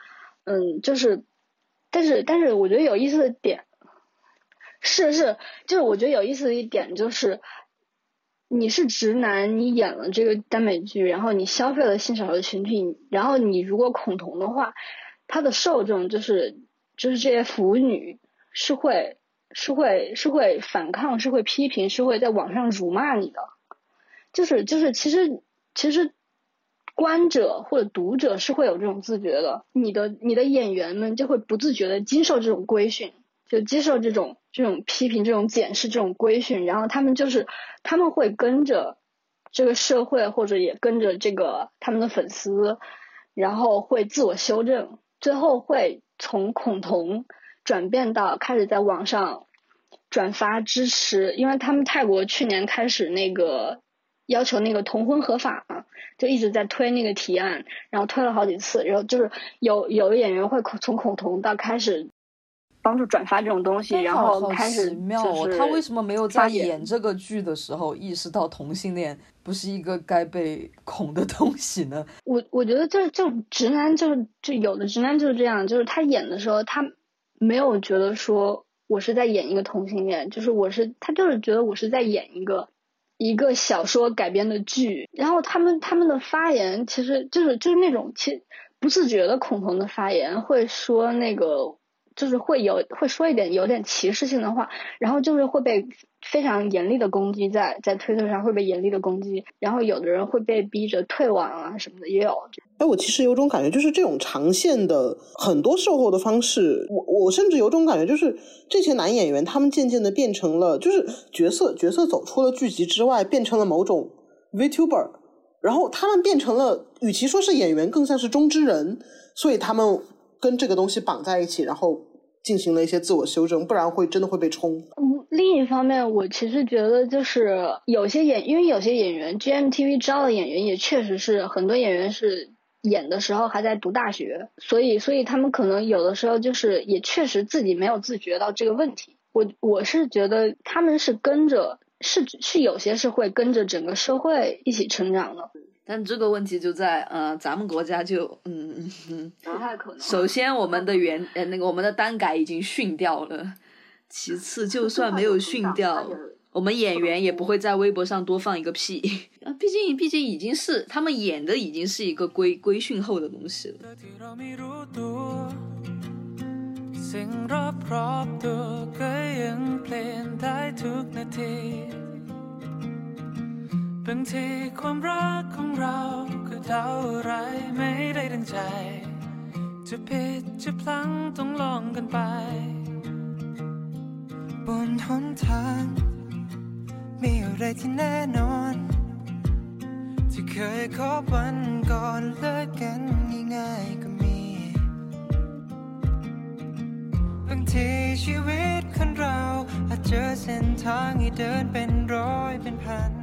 但是我觉得有意思的点就是我觉得有意思的一点就是你是直男，你演了这个耽美剧，然后你消费了性少数群体，然后你如果恐同的话，他的受众就是这些腐女是会反抗，是会批评，是会在网上辱骂你的，就是其实观者或者读者是会有这种自觉的，你的演员们就会不自觉的接受这种规训，就接受这种批评、这种检视、这种规训，然后他们会跟着这个社会，或者也跟着这个他们的粉丝，然后会自我修正，最后会从恐同转变到开始在网上转发支持，因为他们泰国去年开始那个要求那个同婚合法嘛，就一直在推那个提案，然后推了好几次，然后就是有的演员会从恐同到开始帮助转发这种东西，然后开始就是他为什么没有在演这个剧的时候意识到同性恋不是一个该被恐的东西呢？ 我觉得就直男就有的直男就是这样，就是他演的时候他没有觉得说我是在演一个同性恋，就是他就是觉得我是在演一个小说改编的剧，然后他们的发言其实就是那种其实不自觉的恐同的发言，会说那个就是会说一点有点歧视性的话，然后就是会被非常严厉的攻击，在推特上会被严厉的攻击，然后有的人会被逼着退网啊什么的也有。 我其实有种感觉，就是这种长线的很多售后的方式，我甚至有种感觉，就是这些男演员他们渐渐的变成了，就是角色走出了剧集之外，变成了某种 VTuber， 然后他们变成了与其说是演员更像是中之人，所以他们跟这个东西绑在一起，然后进行了一些自我修正，不然真的会被冲。 另一方面我其实觉得就是因为有些演员 GMTV 招的演员也确实是很多演员是演的时候还在读大学，所以他们可能有的时候就是也确实自己没有自觉到这个问题。我是觉得他们是跟着是有些是会跟着整个社会一起成长的。 但这个问题就在咱们国家就不太可能。 首先我们的我们的单改已经训掉了，其次就算没有训掉，我们演员也不会在微博上多放一个屁毕竟已经是他们演的已经是一个规训后的东西了。 บางทีความรักของเราก็เท่าไรไม่ได้ดังใจจะผิดจะพลั้งต้องลองกันไปบนหนทางมีอะไรที่แน่นอนที่เคยขอวันก่อนเลิกกันง่ายๆก็มีบางทีชีวิตคนเราอาจเจอเส้นทางให้เดินเป็นร้อยเป็นพัน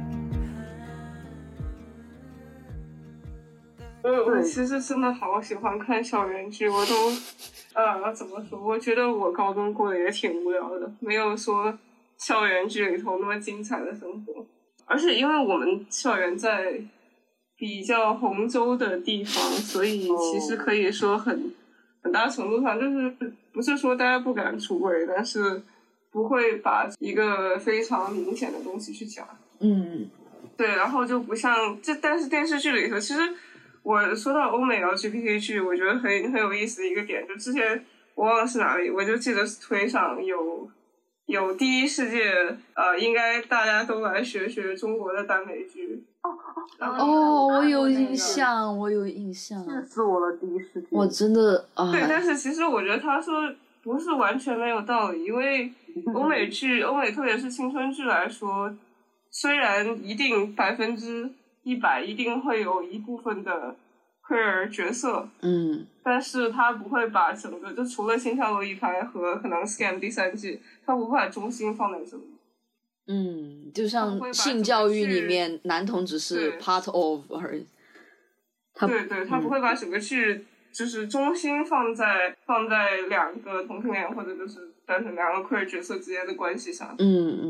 我其实真的好喜欢看校园剧，我都怎么说？我觉得我高中过得也挺无聊的，没有说校园剧里头那么精彩的生活。而且因为我们校园在比较洪州的地方，所以其实可以说很大程度上就是不是说大家不敢出轨，但是不会把一个非常明显的东西去讲。对，然后就不像但是电视剧里头其实。我说到欧美 LGBT 剧，我觉得很有意思的一个点，就之前我忘了是哪里，我就记得推上有第一世界，应该大家都来学中国的耽美剧。 我有印象， 气死我了！第一世界， 我真的对，但是其实我觉得他说不是完全没有道理，因为欧美特别是青春剧来说，虽然一定100%一定会有一部分的 queer 角色，但是他不会把整个就除了新跳楼一拍和可能 Scam 第3季，他不会把中心放在这里。 就像性教育里面男同只是 part of 而已。 对，他不会把整个剧就是中心放在两个同性恋或者就是单纯两个 queer 角色之间的关系上。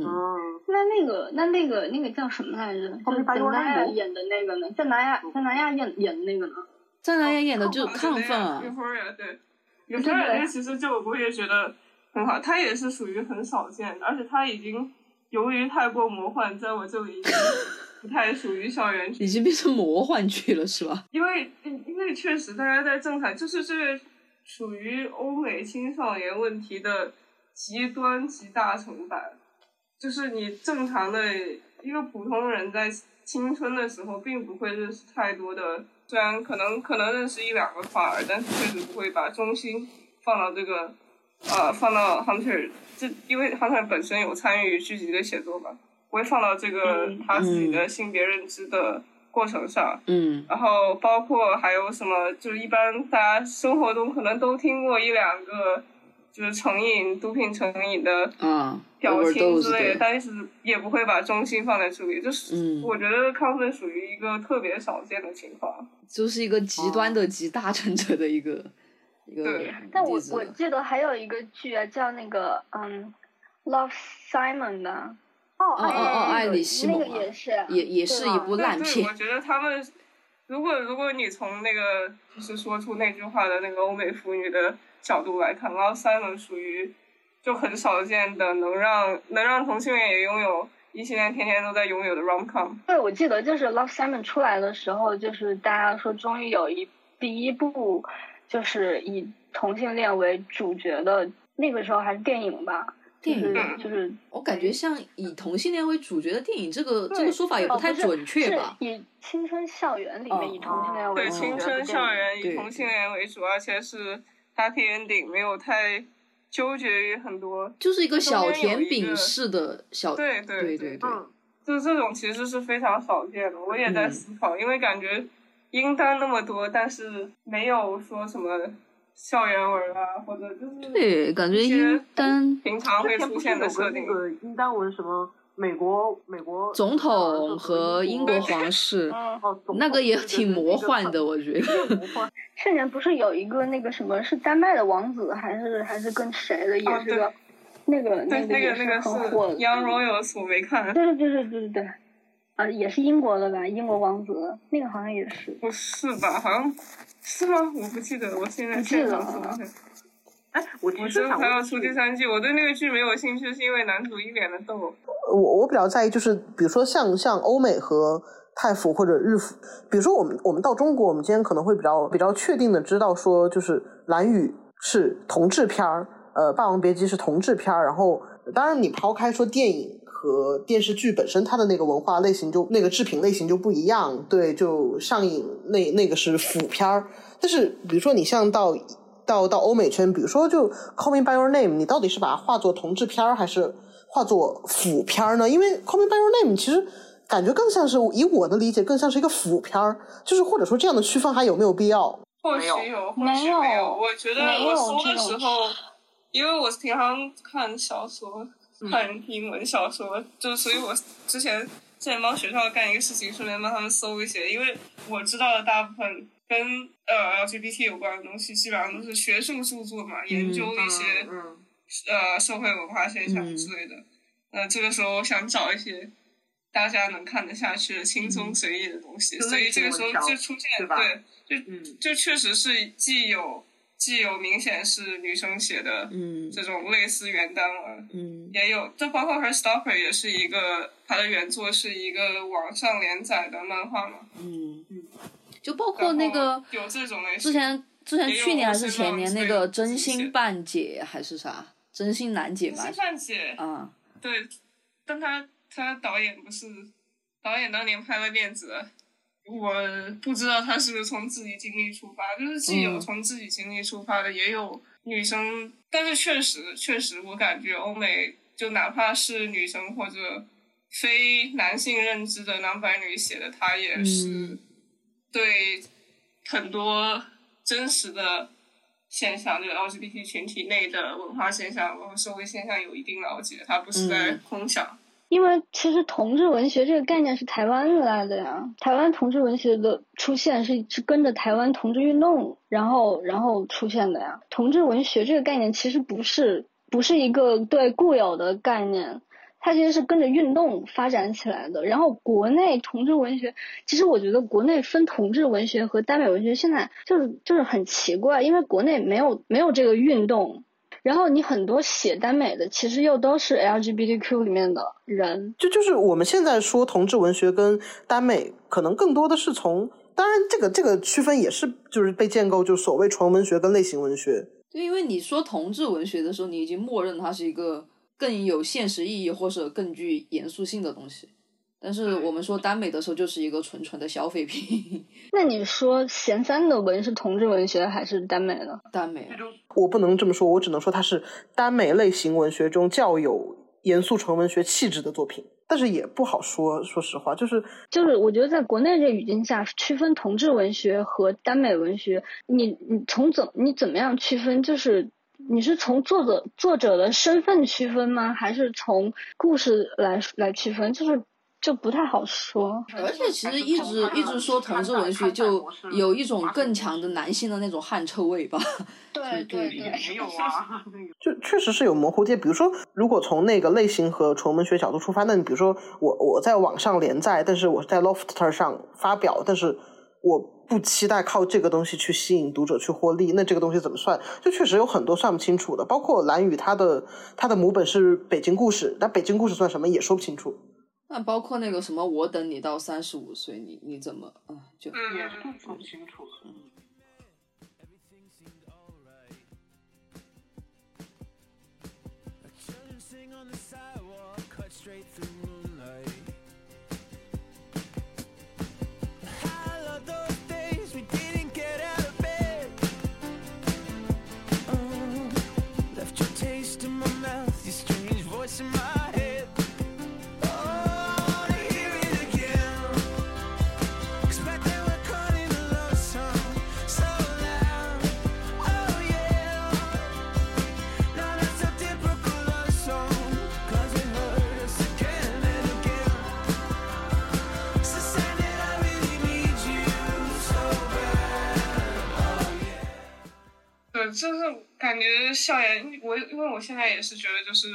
那个叫什么来着？就是在南亚演的那个呢？在南亚演的那个呢？ 在南亚演的就亢奋啊。 对 Euphoria 其实就我也觉得很好，它也是属于很少见的，而且它已经由于太过魔幻，在我这里不太属于校园剧， 已经变成魔幻剧了是吧？ 因为确实大家在正常就是这个属于欧美青少年问题的极端极大成版，就是你正常的一个普通人在青春的时候并不会认识太多的，虽然可能认识1-2个跨儿，但是确实不会把中心放到这个放到 Hunter， 这因为 Hunter 本身有参与剧集的写作吧， 会放到这个他自己的性别认知的过程上。然后包括还有什么，就是一般大家生活中可能都听过一两个就是毒品成瘾的表情之类的，但是也不会把中心放在这里。就是我觉得亢奋属于一个特别少见的情况， 就是一个极端的集大成者的一个对。 但我记得还有一个剧啊，叫那个Love Simon 的爱丽西蒙， 那个也是一部烂片。 对，我觉得他们如果你从那个就是说出那句话的那个欧美腐女的角度来看， Love Simon 属于就很少见的能让同性恋也拥有异性恋天天都在拥有的 rom-com。 对，我记得就是 Love Simon 出来的时候，就是大家说终于有第一部就是以同性恋为主角的，那个时候还是电影吧。 电影就是我感觉像以同性恋为主角的电影，这个说法也不太准确吧？ 是以青春校园里面以同性恋为主， 对，青春校园以同性恋为主，而且是 happy ending， 没有太纠结于很多， 就是一个小甜饼式的小， 对，就是这种其实是非常少见的。我也在思考，因为感觉英单那么多，但是没有说什么校园文啊，或者就是对，感觉英单平常会出现的设定。 英单文什么美国总统和英国皇室，那个也挺魔幻的，我觉得。 去年不是有一个那个什么是丹麦的王子，还是跟谁的，也是个那个也是很火的。 Young Royals 我没看。 对。也是英国的吧？英国王子那个好像也是。 不是吧？好像是吗？我不记得，我现在现场搜一下。我知道他要出第3季，我对那个剧没有兴趣，是因为男主一脸的痘。 我比较在意就是，比如说像欧美和泰服或者日服，比如说我们到中国，我们今天可能会比较确定的知道说，就是蓝宇是同志片儿，霸王别姬是同志片儿，然后当然你抛开说电影和电视剧本身它的那个文化类型那个制品类型就不一样，对，就上映那个是腐片儿。但是比如说你像到欧美圈，比如说就 Call Me By Your Name， 你到底是把它化作同志片儿还是化作腐片儿呢？因为 Call Me By Your Name 其实感觉更像是，以我的理解更像是一个腐片儿，就是或者说这样的区分还有没有必要？ 或许有，或许没有。我觉得我搜的时候，因为我平常看小说，看英文小说，就所以我之前帮学校干一个事情，顺便帮他们搜一些，因为我知道的大部分跟LGBT 有关的东西，基本上都是学术著作嘛，研究一些社会文化现象之类的。这个时候我想找一些大家能看得下去的轻松随意的东西，所以这个时候就出现，对，就确实是既有明显是女生写的这种类似原单文，也有，就包括 Heartstopper 也是一个，它的原作是一个网上连载的漫画嘛， 就包括那个有这种类之前去年还是前年那个真心半解还是啥真心难解嘛， 真心半解对，但他导演当年拍了链子，我不知道他是不是从自己经历出发，就是既有从自己经历出发的，也有女生，但是确实我感觉欧美就哪怕是女生或者非男性认知的男白女写的，他也是对很多真实的现象，就是 LGBT 群体内的文化现象包括社会现象有一定了解，他不是在空想。 因为其实同志文学这个概念是台湾来的呀，台湾同志文学的出现是跟着台湾同志运动然后出现的呀。同志文学这个概念其实不是一个对固有的概念，它其实是跟着运动发展起来的。然后国内同志文学，其实我觉得国内分同志文学和耽美文学现在就是很奇怪，因为国内没有这个运动。然后你很多写耽美的其实又都是 LGBTQ 里面的人， 就是我们现在说同志文学跟耽美可能更多的是从，当然这个区分也是就是被建构，就是所谓纯文学跟类型文学。 对，因为你说同志文学的时候，你已经默认它是一个更有现实意义或者更具严肃性的东西，但是我们说耽美的时候就是一个纯纯的消费品。 那你说闲三的文是同志文学还是耽美呢？ 耽美， 我不能这么说，我只能说它是耽美类型文学中较有严肃纯文学气质的作品。 但是也不好说，说实话，就是我觉得在国内这语境下，区分同志文学和耽美文学，你怎么样区分？就是你是从作者的身份区分吗？还是从故事来区分？就不太好说。 而且其实一直说同志文学，就有一种更强的男性的那种汗臭味吧。 对， 没有啊。 就确实是有模糊界。比如说，如果从那个类型和纯文学角度出发，那你比如说我在网上连载，但是我在 Lofter 上发表，但是我不期待靠这个东西去吸引读者去获利，那这个东西怎么算？就确实有很多算不清楚的。包括蓝宇它的母本是北京故事，但北京故事算什么也说不清楚。 那包括那个什么我等你到35岁，你怎么就也是说不清楚的。就是感觉校园，因为我现在也是觉得就是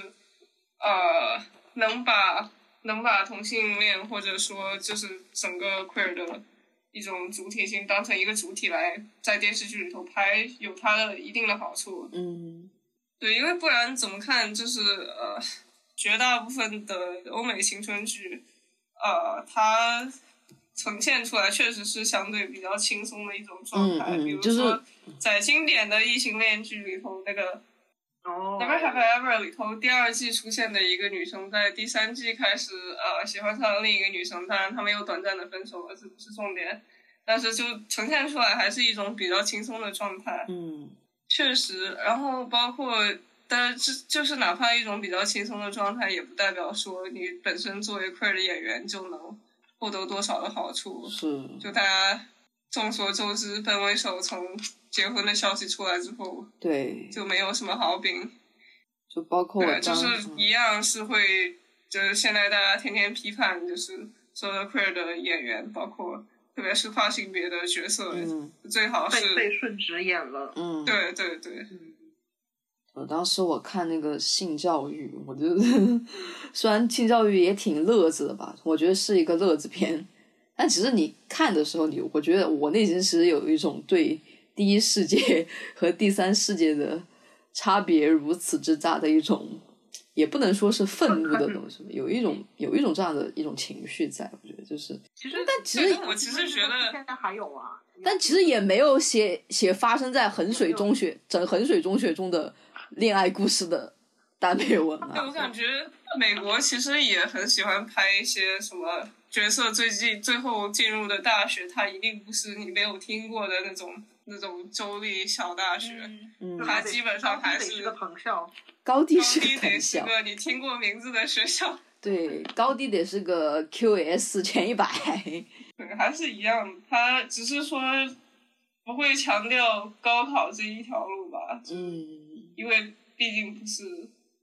能把同性恋或者说就是整个 queer 的一种主体性当成一个主体来在电视剧里头拍，有它的一定的好处。对，因为不然怎么看就是绝大部分的欧美青春剧它呈现出来确实是相对比较轻松的一种状态。比如说在经典的异性恋剧里头，那个Never Have I Ever 里头第2季出现的一个女生，在第3季开始喜欢上了另一个女生，当然他们又短暂的分手了，这不是重点，但是就呈现出来还是一种比较轻松的状态。确实，然后包括但是就是哪怕一种比较轻松的状态，也不代表说你本身作为 queer 的演员就能获得多少的好处。 是， 就大家众所周知，本为首从结婚的消息出来之后， 对， 就没有什么好饼。 就包括对，就是一样是会，就是现在大家天天批判，就是所有的 queer 的演员，包括特别是跨性别的角色，最好是被顺直演了。 对对对。 当时我看那个性教育，我觉得虽然性教育也挺乐子的吧，我觉得是一个乐子片，但其实你看的时候，我觉得我内心其实有一种对第一世界和第三世界的差别如此之大的一种，也不能说是愤怒的东西，有一种这样的一种情绪在，我觉得就是。但其实我其实觉得现在还有啊， 但其实也没有写发生在衡水中学中的恋爱故事的耽美文啊。 对，我感觉美国其实也很喜欢拍一些什么角色最后进入的大学，它一定不是你没有听过的那种州立小大学，它基本上还是个藤校。 高低是个藤校， 是个你听过名字的学校。 对，高低得是个 QS 前100。 对，还是一样，它只是说不会强调高考这一条路吧。因为毕竟不是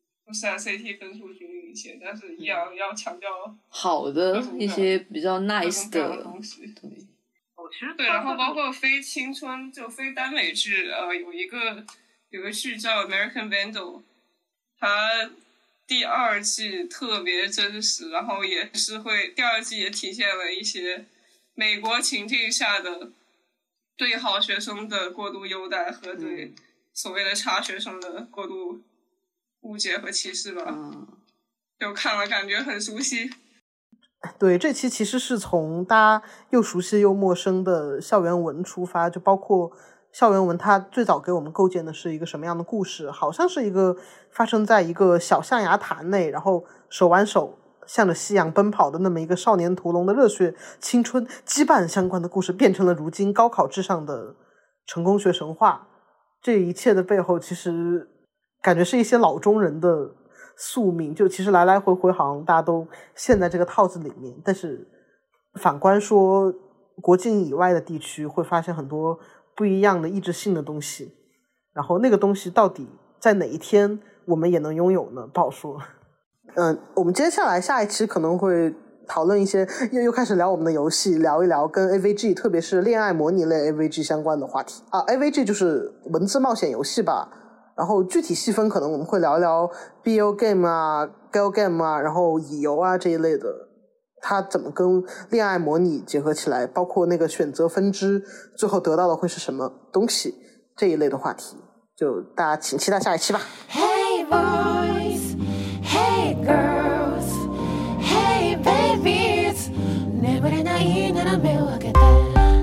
SAT 分数决定一切，但是一样要强调好的一些比较 nice 的东西。对，其实对，然后包括非青春就非耽美剧，有个剧叫 American Vandal， 它第2季特别真实，然后也是第2季也体现了一些美国情境下的对好学生的过度优待和对所谓的差学生的过度误解和歧视吧。就看了感觉很熟悉。 对，这期其实是从大家又熟悉又陌生的校园文出发，就包括校园文它最早给我们构建的是一个什么样的故事，好像是一个发生在一个小象牙塔内，然后手挽手向着夕阳奔跑的那么一个少年屠龙的热血青春羁绊相关的故事，变成了如今高考至上的成功学神话。这一切的背后其实感觉是一些老中人的宿命，就其实来来回回好像大家都陷在这个套子里面，但是反观说国境以外的地区会发现很多不一样的意志性的东西，然后那个东西到底在哪一天我们也能拥有呢？不好说。我们接下来下一期可能会讨论一些又开始聊我们的游戏，聊一聊跟 AVG 特别是恋爱模拟类 AVG 相关的话题啊。AVG 就是文字冒险游戏吧，然后具体细分可能我们会聊一聊 BL game 啊 Girl game 啊，然后乙游啊这一类的，它怎么跟恋爱模拟结合起来，包括那个选择分支最后得到的会是什么东西，这一类的话题，就大家请期待下一期吧。 Hey boys, hey girls, hey babies 眠れないなら目を開けて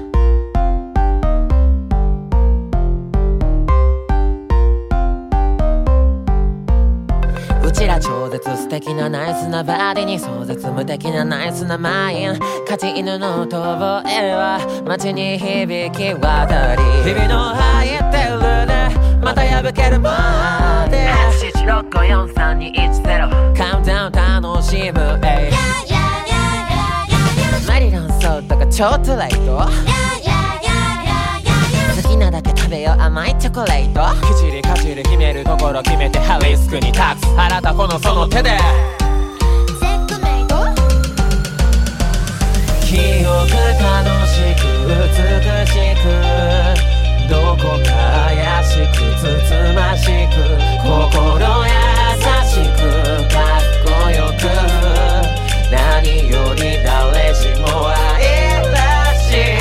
うちら超絶素敵なナイスなバディに壮絶無敵なナイスなマイン勝ち犬の遠吠えは街に響き渡り日々の入ってるねまた破けるまで 876543210 カウントダウン楽しむマリランソーとかちょっとレイト好きなだけ食べよう甘いチョコレートきちりかちり決めるところ決めてハリスクに立つあなたこのその手でチェックメイト記憶楽しく美しくどこか怪しくつつましく心優しくかっこよく何より誰しも愛らしく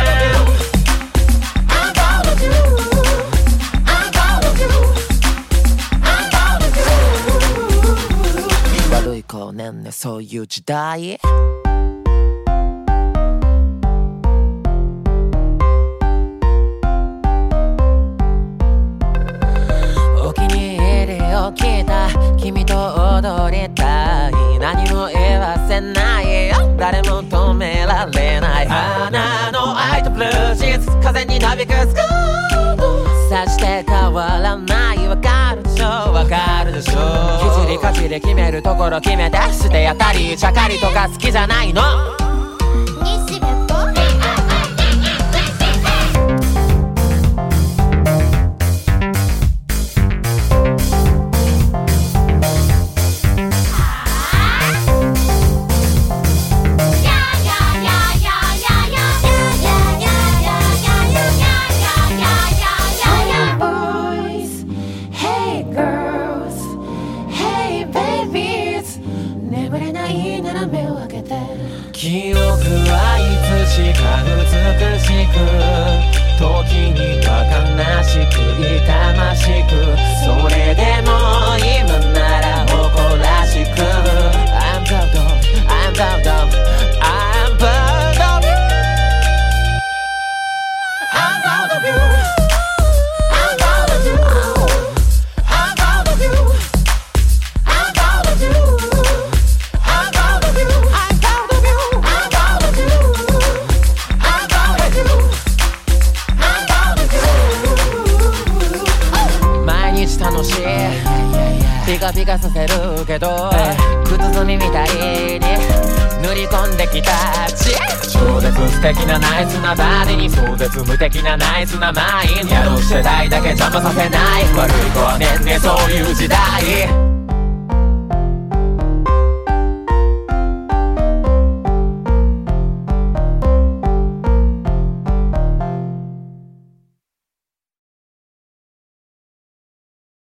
悪い子ねんねそういう時代お気に入りを聞いた君と踊りたい何も言わせないよ誰も止められない花の愛とブルーシーツ風になびくスカートさして変わらないわかるでしょわかるでしょきちりかちり決めるところ決めてしてやったりちゃかりとか好きじゃないの西部と記憶はいつしか美しく時には悲しく痛ましくそれでも今なら誇らしく I'm proud of, I'm proud of, I'm proud of you I'm proud of you I'm proud of you I'm proud of you I'm proud of you I'm proud of you楽しいピカピカさせるけど靴積みみたいに塗り込んできた血超絶素敵なナイスなバディに壮絶無敵なナイスなマインやろうしてたいだけ邪魔させない悪い子はねんねそういう時代